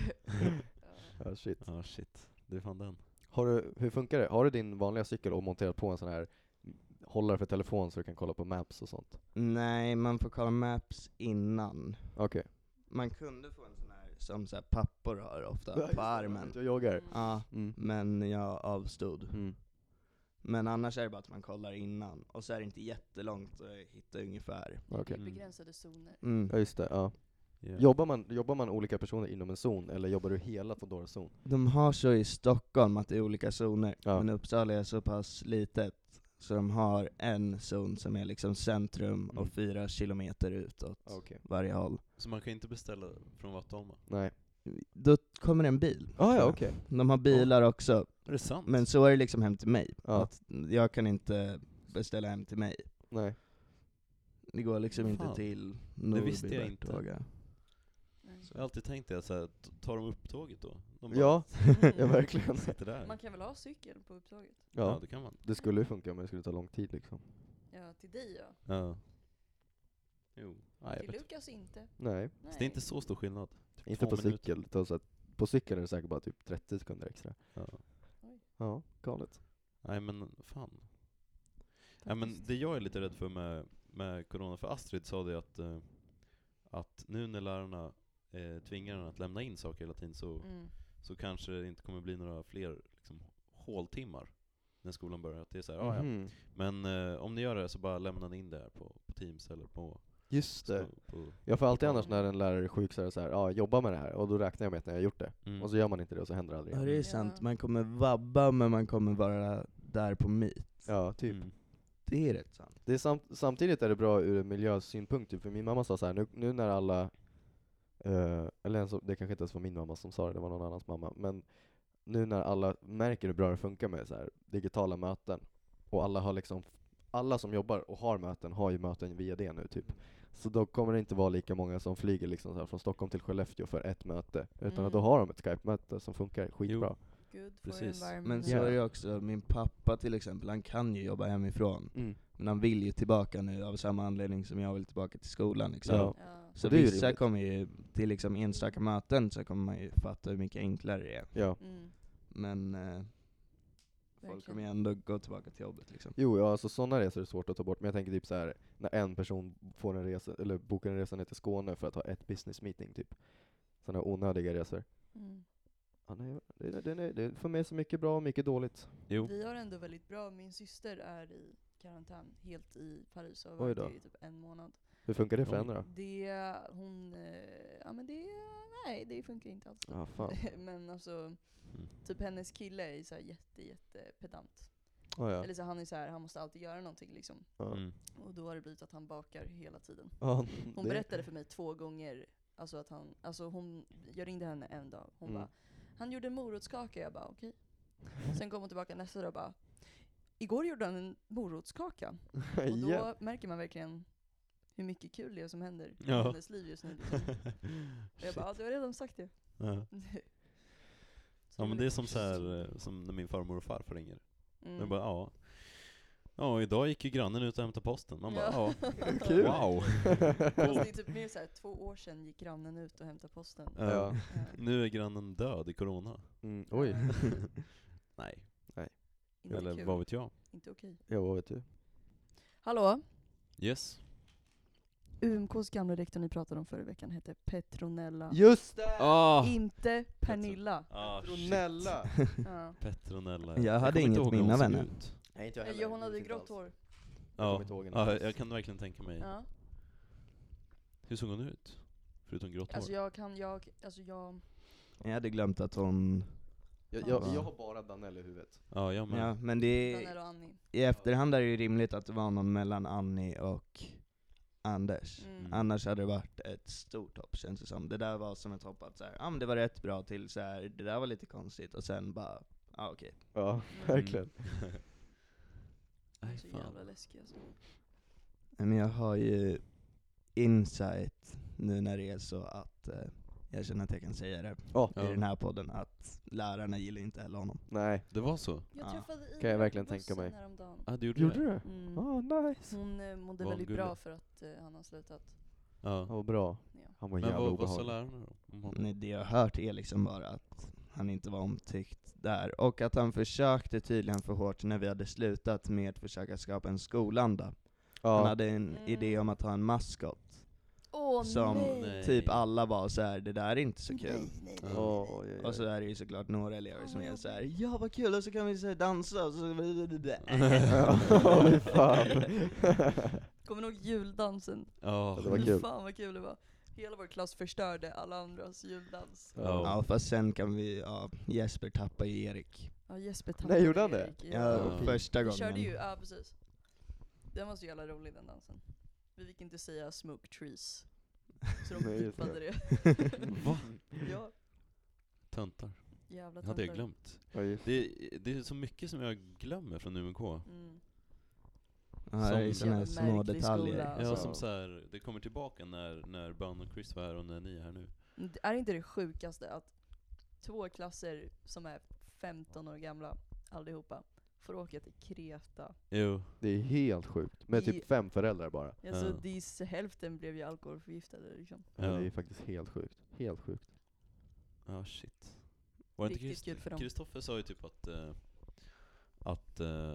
S1: Ja, shit.
S2: Ja, shit. Det är fan den.
S1: Har du, hur funkar det? Har du din vanliga cykel och monterat på en sån här hållare för telefon så du kan kolla på maps och sånt?
S3: Nej, man får kolla maps innan.
S1: Okej.
S3: Man kunde få en sån här som så här pappor har ofta på armen.
S1: Jag joggar.
S3: Ja,
S1: Mm.
S3: men jag avstod.
S1: Mm.
S3: Men annars är det bara att man kollar innan. Och så är det inte jättelångt att hitta ungefär.
S1: Okej.
S2: Mm.
S4: Begränsade zoner.
S3: Mm.
S1: Ja just det, ja.
S2: Yeah.
S1: Jobbar man, jobbar man olika personer inom en zon eller jobbar du hela Foodoras zon?
S3: De har så i Stockholm att det är olika zoner.
S1: Ja.
S3: Men Uppsala är så pass litet. Så de har en zon som är liksom centrum
S1: Mm.
S3: och fyra kilometer utåt
S1: Okej.
S3: varje håll.
S2: Så man kan inte beställa från Vattholma?
S1: Nej.
S3: Då kommer en bil.
S1: Ah,
S3: tror
S1: ja
S3: jag.
S1: okej.
S3: De har bilar också.
S2: Är det sant?
S3: Men så är det liksom hem till mig.
S1: Ja.
S3: Att jag kan inte beställa hem till mig.
S1: Nej.
S3: Det går liksom
S2: Fan.
S3: inte till
S2: Det visste jag
S3: Norrby,
S2: inte.
S3: Bertåga.
S4: Nej.
S2: Jag har alltid tänkt det, så här, t- tar de upptåget då? De
S1: Ja,
S4: Mm.
S1: ja verkligen.
S2: sitter där.
S4: Man kan väl ha cykel på upptaget?
S2: Ja,
S1: Ja,
S2: det kan man.
S1: det skulle ju funka men det skulle ta lång tid liksom.
S4: Ja, till dig ja.
S2: Ja. Jo. Nej, jag
S4: Till
S2: vet.
S4: Lukas inte.
S1: Nej,
S4: Nej.
S2: Så det är inte så stor skillnad? Typ
S1: inte
S2: två
S1: på
S2: minuter.
S1: cykel. Det tar så att, på cykel är det säkert bara typ trettio sekunder extra.
S2: Ja.
S1: Ja, galet.
S2: Nej men fan. Ja, men det jag är lite rädd för med, med corona, för Astrid sa det att, eh, att nu när lärarna eh, tvingar en att lämna in saker hela tiden så,
S4: Mm.
S2: så kanske det inte kommer bli några fler liksom, håltimmar när skolan börjar. Att det är så här, "Ah, ja.
S1: Mhm.
S2: Men eh, om ni gör det så bara lämna ni in det här på, på Teams eller på...
S1: Just det.
S2: på
S1: Jag får alltid annars när en lärare är sjuk så är det så här, ja jobba med det här, och då räknar jag med att när jag har gjort det.
S2: mm.
S1: Och så gör man inte det och så händer det aldrig
S3: Ja
S1: igen.
S3: det är
S4: Ja.
S3: sant, man kommer vabba men man kommer vara där på meet.
S1: Ja, typ.
S2: Mm.
S3: Det är rätt sant.
S1: Det är samt, samtidigt är det bra ur en miljösynpunkt, typ, för min mamma sa så här, nu, nu när alla, eh, eller ens, det kanske inte ens var min mamma som sa det, det var någon annans mamma, men nu när alla märker hur bra det funkar med så här, digitala möten, och alla har liksom, alla som jobbar och har möten har ju möten via det nu typ. Så då kommer det inte vara lika många som flyger liksom så här från Stockholm till Skellefteå för ett möte, utan
S4: Mm.
S1: att då har de ett Skype-möte som funkar skitbra.
S4: Good for
S2: Precis.
S4: environment.
S3: Men så
S1: Ja.
S3: är det också, min pappa till exempel, han kan ju jobba hemifrån.
S1: Mm.
S3: Men han vill ju tillbaka nu av samma anledning som jag vill tillbaka till skolan liksom.
S1: Ja.
S4: Ja.
S3: Så
S1: Det är ju
S3: vissa
S1: rimligt.
S3: kommer ju till liksom enstaka möten så kommer man ju fatta hur mycket enklare det är.
S1: Ja.
S4: Mm.
S3: Men eh, folk
S4: Verkligen.
S3: kommer ju ändå gå tillbaka till jobbet liksom.
S1: Jo, ja, alltså sådana resor är svårt att ta bort, men jag tänker typ så här när en person får en resa, eller bokar en resa ner till Skåne för att ha ett business meeting typ. Sådana onödiga resor.
S4: Mm.
S1: Ja, nej, det, det, det, det får med så mycket bra och mycket dåligt.
S2: Jo.
S4: Vi har ändå väldigt bra, min syster är i karantän helt i Paris och har
S1: Oj
S4: varit
S1: då.
S4: i typ en månad.
S1: Hur funkar det för
S2: Oj.
S1: henne då?
S4: Det, hon, eh, ja men det, nej det funkar inte alls.
S1: Ja, fan.
S4: Men alltså, typ hennes kille är så här jätte, jätte pedant.
S1: Oh, ja.
S4: Eller så han är så här, han måste alltid göra någonting liksom.
S1: Ja.
S2: Mm.
S4: Och då har det blivit att han bakar hela tiden.
S1: Ja,
S4: Hon
S1: det-
S4: berättade för mig två gånger, alltså att han, alltså hon, jag ringde henne en dag, hon
S1: Mm.
S4: bara, han gjorde en morotskaka, jag bara okej. Sen kom hon tillbaka nästa dag och bara, igår gjorde han en morotskaka. Och då
S1: Ja.
S4: märker man verkligen hur mycket kul det är som händer i
S2: Ja.
S4: hennes liv just nu. Liksom. Och jag bara, ja, du har redan sagt det.
S2: Ja.
S4: Så
S2: Ja, men det är
S4: väldigt
S2: som så
S4: kul.
S2: här, eh, som när min farmor och farfar ringer.
S4: Mm.
S2: Jag bara, ja. Ja, idag gick ju grannen ut och hämtade posten. Man bara, ja.
S1: Kul.
S2: Wow.
S4: Fast det är typ mer så här, två år sedan gick grannen ut och hämtade posten.
S2: Ja.
S1: Ja.
S4: Ja.
S2: Nu är grannen död i corona.
S1: Mm, oj.
S2: Nej,
S4: Inte
S2: eller
S4: kul.
S2: vad vet jag.
S4: Inte okej.
S1: Ja, vad vet du?
S4: Hallå?
S2: Yes.
S4: U M K:s gamla rektor ni pratade om förra veckan hette Petronella.
S1: Just det!
S2: Ah!
S4: Inte Pernilla.
S2: Ah, shit.
S1: Petronella!
S4: Ja.
S2: Petronella.
S3: Jag hade
S2: kommer inte
S3: inget
S2: ihåg hur
S3: minne
S2: hon
S3: av
S2: såg
S3: henne.
S2: ut.
S1: Nej, inte jag
S4: Ja, hon hade grått hår.
S1: kommer
S2: Ja,
S1: inte ihåg henne
S2: ja,
S1: alls.
S2: jag kan verkligen tänka mig.
S4: Ja.
S2: Hur såg hon ut? Förutom grått hår.
S4: Alltså jag kan, jag, alltså jag,
S3: Jag hade glömt att hon...
S1: Jag, jag,
S3: Ja.
S1: jag har bara Danell i huvudet.
S2: Ja, jag med.
S3: Ja, men det
S4: Daniel
S3: är,
S4: och Annie.
S3: i efterhand är det ju rimligt att det var någon mellan Annie och Anders.
S4: Mm.
S3: Annars hade det varit ett stort hopp, känns det som. Det där var som ett hopp att så här, ah, men det var rätt bra till så här, det där var lite konstigt, och sen bara, ja ah, okej.
S1: Ja,
S4: Mm.
S1: verkligen.
S4: Hon är
S2: Nej,
S4: så
S2: fan.
S4: jävla läskig alltså.
S3: Men jag har ju insight nu när det är så att eh, jag känner att jag kan säga det
S1: Ja.
S2: Ja.
S3: i den här podden, att lärarna gillar inte heller honom.
S1: Nej.
S2: Det var så?
S4: Jag
S3: Ja.
S4: träffade Ida
S1: Kan jag verkligen
S4: på
S1: tänka
S4: bussen
S1: mig.
S4: häromdagen.
S2: Ah, du gjorde,
S1: Gjorde
S2: det?
S1: du?
S4: Mm.
S1: Ah, nice.
S4: Hon eh, mådde
S2: Vad
S4: väldigt
S2: gullig.
S4: bra för att eh, han har slutat.
S2: Ja.
S1: Ja, vad bra.
S4: Ja.
S1: Han var
S2: Men
S1: jävla
S2: vad, vad sa
S1: obehaglig.
S2: lärarna då? Om honom?
S3: Nej, det jag har hört är liksom bara att han inte var omtyckt där, och att han försökte tydligen för hårt när vi hade slutat med att försöka skapa en skolanda. Han
S1: Ja.
S3: hade en
S4: Mm.
S3: idé om att ha en maskot.
S4: Åh
S3: Som
S4: nej!
S2: Nej.
S3: typ alla var så här, det där är inte så kul.
S4: Nej, nej, nej.
S1: Åh, oj, oj, oj.
S3: Och så är det ju såklart några elever som
S4: Åh,
S3: är
S4: vad
S3: så här, ja vad kul, och så kan vi så här dansa, och så...
S1: Ja, oj, fan.
S4: Kommer nog juldansen?
S2: Ja.
S1: Det var
S4: Fy
S1: kul.
S4: fan vad kul det var. Hela vår klass förstörde alla andras juldans.
S2: Ja.
S3: Ja, fast sen kan vi, ja, Jesper tappar ju Erik.
S4: Ja, Jesper tappade
S1: Nej, gjorde han det?
S4: Erik.
S3: Ja,
S2: Ja.
S3: första
S4: Vi körde ju,
S3: gången.
S4: ja precis. Den var så jävla rolig den dansen. Vi fick inte säga smoke trees. Så de
S1: Nej, just det.
S4: pippade det.
S2: Va?
S4: Ja,
S2: Töntar.
S4: jävla
S2: Det hade jag
S4: töntar.
S2: glömt.
S1: Ja, just.
S2: Det, det är så mycket som jag glömmer från U M K.
S4: Mm.
S3: Ja, det är ju
S2: Som-
S3: såna här
S4: Jävla
S3: små
S4: märklig
S3: detaljer.
S4: skola.
S2: Ja,
S4: Alltså.
S2: som så här, det kommer tillbaka när, när Bön och Chris var här och när ni är här nu.
S4: Men det är inte det sjukaste att två klasser som är femton år gamla, allihopa, får åka till Kreta.
S2: Jo.
S1: Det är helt sjukt. Med
S4: I-
S1: typ fem föräldrar bara.
S4: Alltså
S2: Ja.
S4: dis, hälften blev ju alkoholförgiftade liksom.
S1: Ja.
S2: Ja.
S1: Det är faktiskt helt sjukt. Helt sjukt.
S2: Ja, shit. Var det inte
S4: Riktigt kul för dem.
S2: Kristoffer sa ju typ att eh, att eh,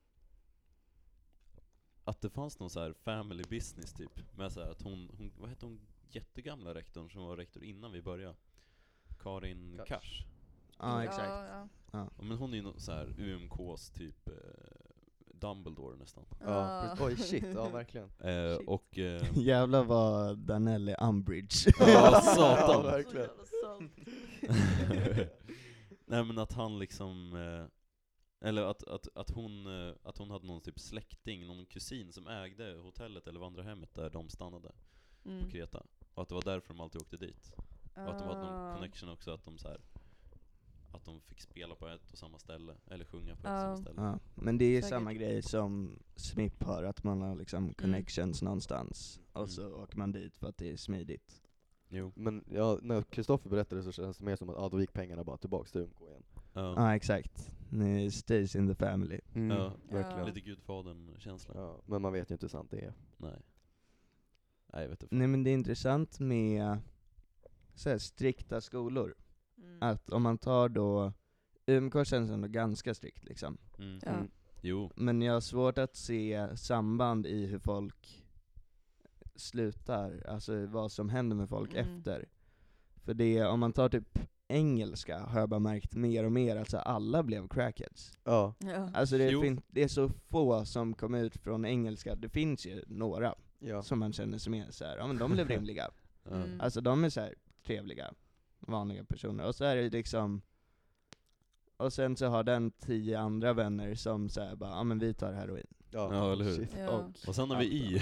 S2: att det fanns någon så här family business typ med så här att hon, hon vad hette hon jättegamla rektorn som var rektor innan vi började? Karin
S1: Kars.
S2: Kars.
S3: Ja, exakt.
S4: Ja, ja.
S2: Ja, men hon är ju någon så här U M K:s typ eh, Dumbledore nästan.
S1: Ja,
S4: Ah.
S1: precis. Oj shit, ja verkligen.
S2: Eh,
S4: Shit.
S2: och eh,
S3: Jävlar vad Danell är Umbridge.
S2: Ja,
S1: Ja,
S2: satan.
S1: verkligen.
S4: Så jävla sant.
S2: nej men att han liksom eh, eller att, att, att, hon, eh, att hon hade någon typ släkting, någon kusin som ägde hotellet eller vandrarhemmet där de stannade på
S4: Mm.
S2: Kreta. Och att det var därför de alltid åkte dit. Och att det var någon
S4: Ah.
S2: connection också att de så här, att de fick spela på ett och samma ställe eller sjunga på ett och
S4: Ja.
S2: samma ställe.
S3: Ja, men det är ju
S4: Säkert.
S3: samma grej som S M I P har, att man har liksom connections någonstans, och
S2: Mm.
S3: så åker man dit för att det är smidigt.
S2: Jo.
S1: Men ja, när Kristoffer berättade så känns det mer som att ah, då gick pengarna bara tillbaks till U M K igen.
S2: Ja.
S3: Ja, exakt. Ni stays in the family.
S1: Mm,
S2: Ja.
S1: verkligen.
S4: Ja.
S2: Lite Gudfadern-känsla.
S1: Ja, men man vet ju inte hur sant det är.
S2: Nej. Nej, jag vet inte.
S3: Nej men det är intressant med så här, strikta skolor.
S4: Mm.
S3: Att om man tar då, U M K känns ändå ganska strikt liksom.
S2: Mm.
S4: Ja.
S1: Mm.
S2: Jo.
S3: Men jag har svårt att se samband i hur folk slutar, alltså vad som händer med folk
S4: Mm.
S3: efter. För det, om man tar typ engelska har jag bara märkt mer och mer, alltså alla blev crackheads.
S1: Ja.
S4: Ja.
S3: Alltså det,
S2: Jo.
S3: fin- det är så få som kom ut från engelska, det finns ju några
S1: Ja.
S3: som man känner sig med så här, ja men de blev rimliga.
S2: Ja.
S4: Mm.
S3: Alltså de är så här trevliga, vanliga personer. Och så är det liksom, och sen så har den tio andra vänner som säger bara, ja men vi tar heroin.
S2: Ja, eller hur?
S1: Shit.
S4: Ja.
S3: Och,
S2: Och sen har vi I.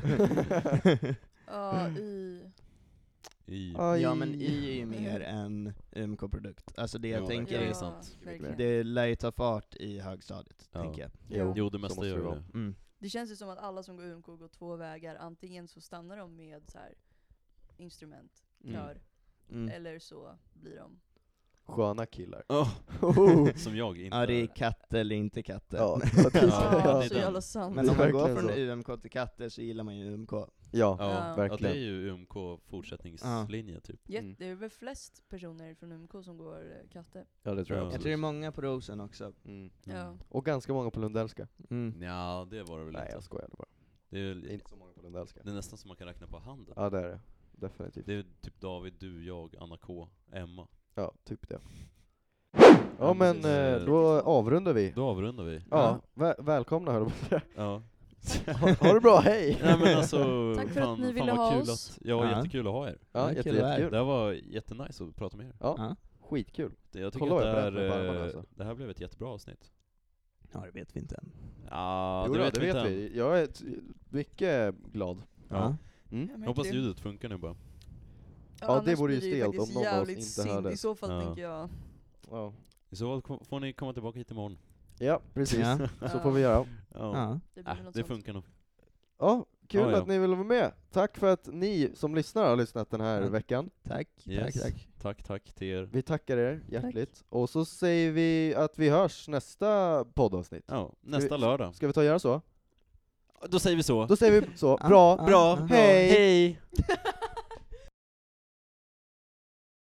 S4: Ja, i...
S2: I.
S1: Aj.
S3: ja men I är ju mer en U M K-produkt. Alltså det jag
S2: Jo,
S3: tänker
S2: det
S3: är,
S2: är sant.
S4: verkligen.
S3: det lär ju ta fart i högstadiet,
S2: Ja.
S3: tänker jag.
S4: Jo.
S2: Jo, det
S1: så
S2: mesta
S1: måste
S2: gör
S1: det
S2: det.
S1: vara.
S3: Mm.
S4: Det känns ju som att alla som går U M K går två vägar. Antingen så stannar de med så här instrument,
S1: Mm.
S4: kör,
S3: Mm.
S4: eller så blir de...
S1: Sköna killar.
S2: Oh,
S1: Oh.
S2: som jag inte
S3: Ja det är
S2: är.
S3: katte eller inte katte.
S1: Ja,
S3: Men-
S1: ja, det-
S2: Ja,
S4: Ja,
S2: det är
S4: så
S2: den.
S4: jävla sant.
S3: Men om man går
S1: Verkligen
S3: från
S1: så.
S3: U M K till katter så gillar man ju U M K.
S1: ja,
S2: Ja,
S4: Ja.
S2: ja, det
S1: verkligen.
S2: är ju U M K fortsättningslinje typ.
S4: Jätte-
S1: Mm.
S4: Det är väl flest personer från U M K som går eh, katte.
S1: Ja, det tror jag
S2: Ja.
S3: Jag tror det är många på Rosen också.
S1: Mm.
S4: Ja.
S1: Och ganska många på Lundellska.
S3: Mm.
S2: Ja, det var det väl
S1: Nej,
S2: inte.
S1: jag skojade bara.
S2: Det är,
S1: Det är inte så många på Lundellska.
S2: det är nästan som man kan räkna på handen.
S1: Ja, det är det. Definitivt.
S2: Det är typ David, du, jag, Anna K, Emma.
S1: Ja, typ det.
S2: Ja,
S1: Ja, men
S2: precis.
S1: eh, då avrundar vi.
S2: Då avrundar vi.
S1: Ja, vä- välkomna hör du.
S2: Ja.
S1: ha, ha det bra, hej!
S2: Nej men alltså,
S4: Tack för
S2: fan,
S4: att ni
S2: fan
S4: ville
S2: vad
S4: ha
S2: kul
S4: oss.
S2: att, ja,
S3: Ja.
S2: jättekul att ha er.
S1: Ja,
S3: Ja,
S1: jätte,
S3: kul att vara här.
S1: jättekul.
S2: Det här var jättenice att prata med er.
S1: Ja,
S3: Ja.
S1: skitkul.
S2: Det- Jag tycker
S1: Kolla
S2: att
S1: vad
S2: det,
S1: jag bränner med
S2: här,
S1: barmarna,
S2: eh,
S1: alltså.
S2: det här blev ett jättebra avsnitt.
S3: Ja det vet vi inte än.
S2: Ja,
S1: Jo,
S2: det
S1: då,
S2: vet
S1: det
S2: vi
S1: vet
S2: inte än.
S1: vi. Jag är t- mycket glad.
S2: Ja.
S1: Mm.
S4: Ja, men
S2: Hoppas
S4: kul.
S2: ljudet funkar nu bara.
S1: Ja,
S4: annars
S1: det vore ju
S4: blir det
S1: stelt
S4: faktiskt
S1: om någon av oss
S4: jävligt
S1: inte
S4: synd.
S1: hörde.
S4: I så fall
S2: Ja.
S4: tänker jag...
S1: Ja.
S2: I så fall kom- får ni komma tillbaka hit imorgon.
S1: Ja, precis.
S3: Ja.
S1: Så får vi göra.
S2: Ja,
S3: Ja.
S4: Det blir
S2: Äh,
S4: något
S2: det
S4: sånt.
S2: funkar nog.
S1: Ja, kul
S2: Ja, ja.
S1: att ni ville vara med. Tack för att ni som lyssnar har lyssnat den här
S3: Ja.
S1: veckan.
S3: Tack,
S2: Yes.
S3: tack, tack.
S2: Tack, tack till er.
S1: Vi tackar er hjärtligt. Och så säger vi att vi hörs nästa poddavsnitt.
S2: Ja, nästa
S1: vi-
S2: lördag.
S1: Ska vi ta och göra så?
S2: Då säger vi så.
S1: Då säger vi så.
S3: Ja,
S1: Bra,
S3: ja,
S2: Bra,
S3: ja.
S1: Hej!
S2: Hej!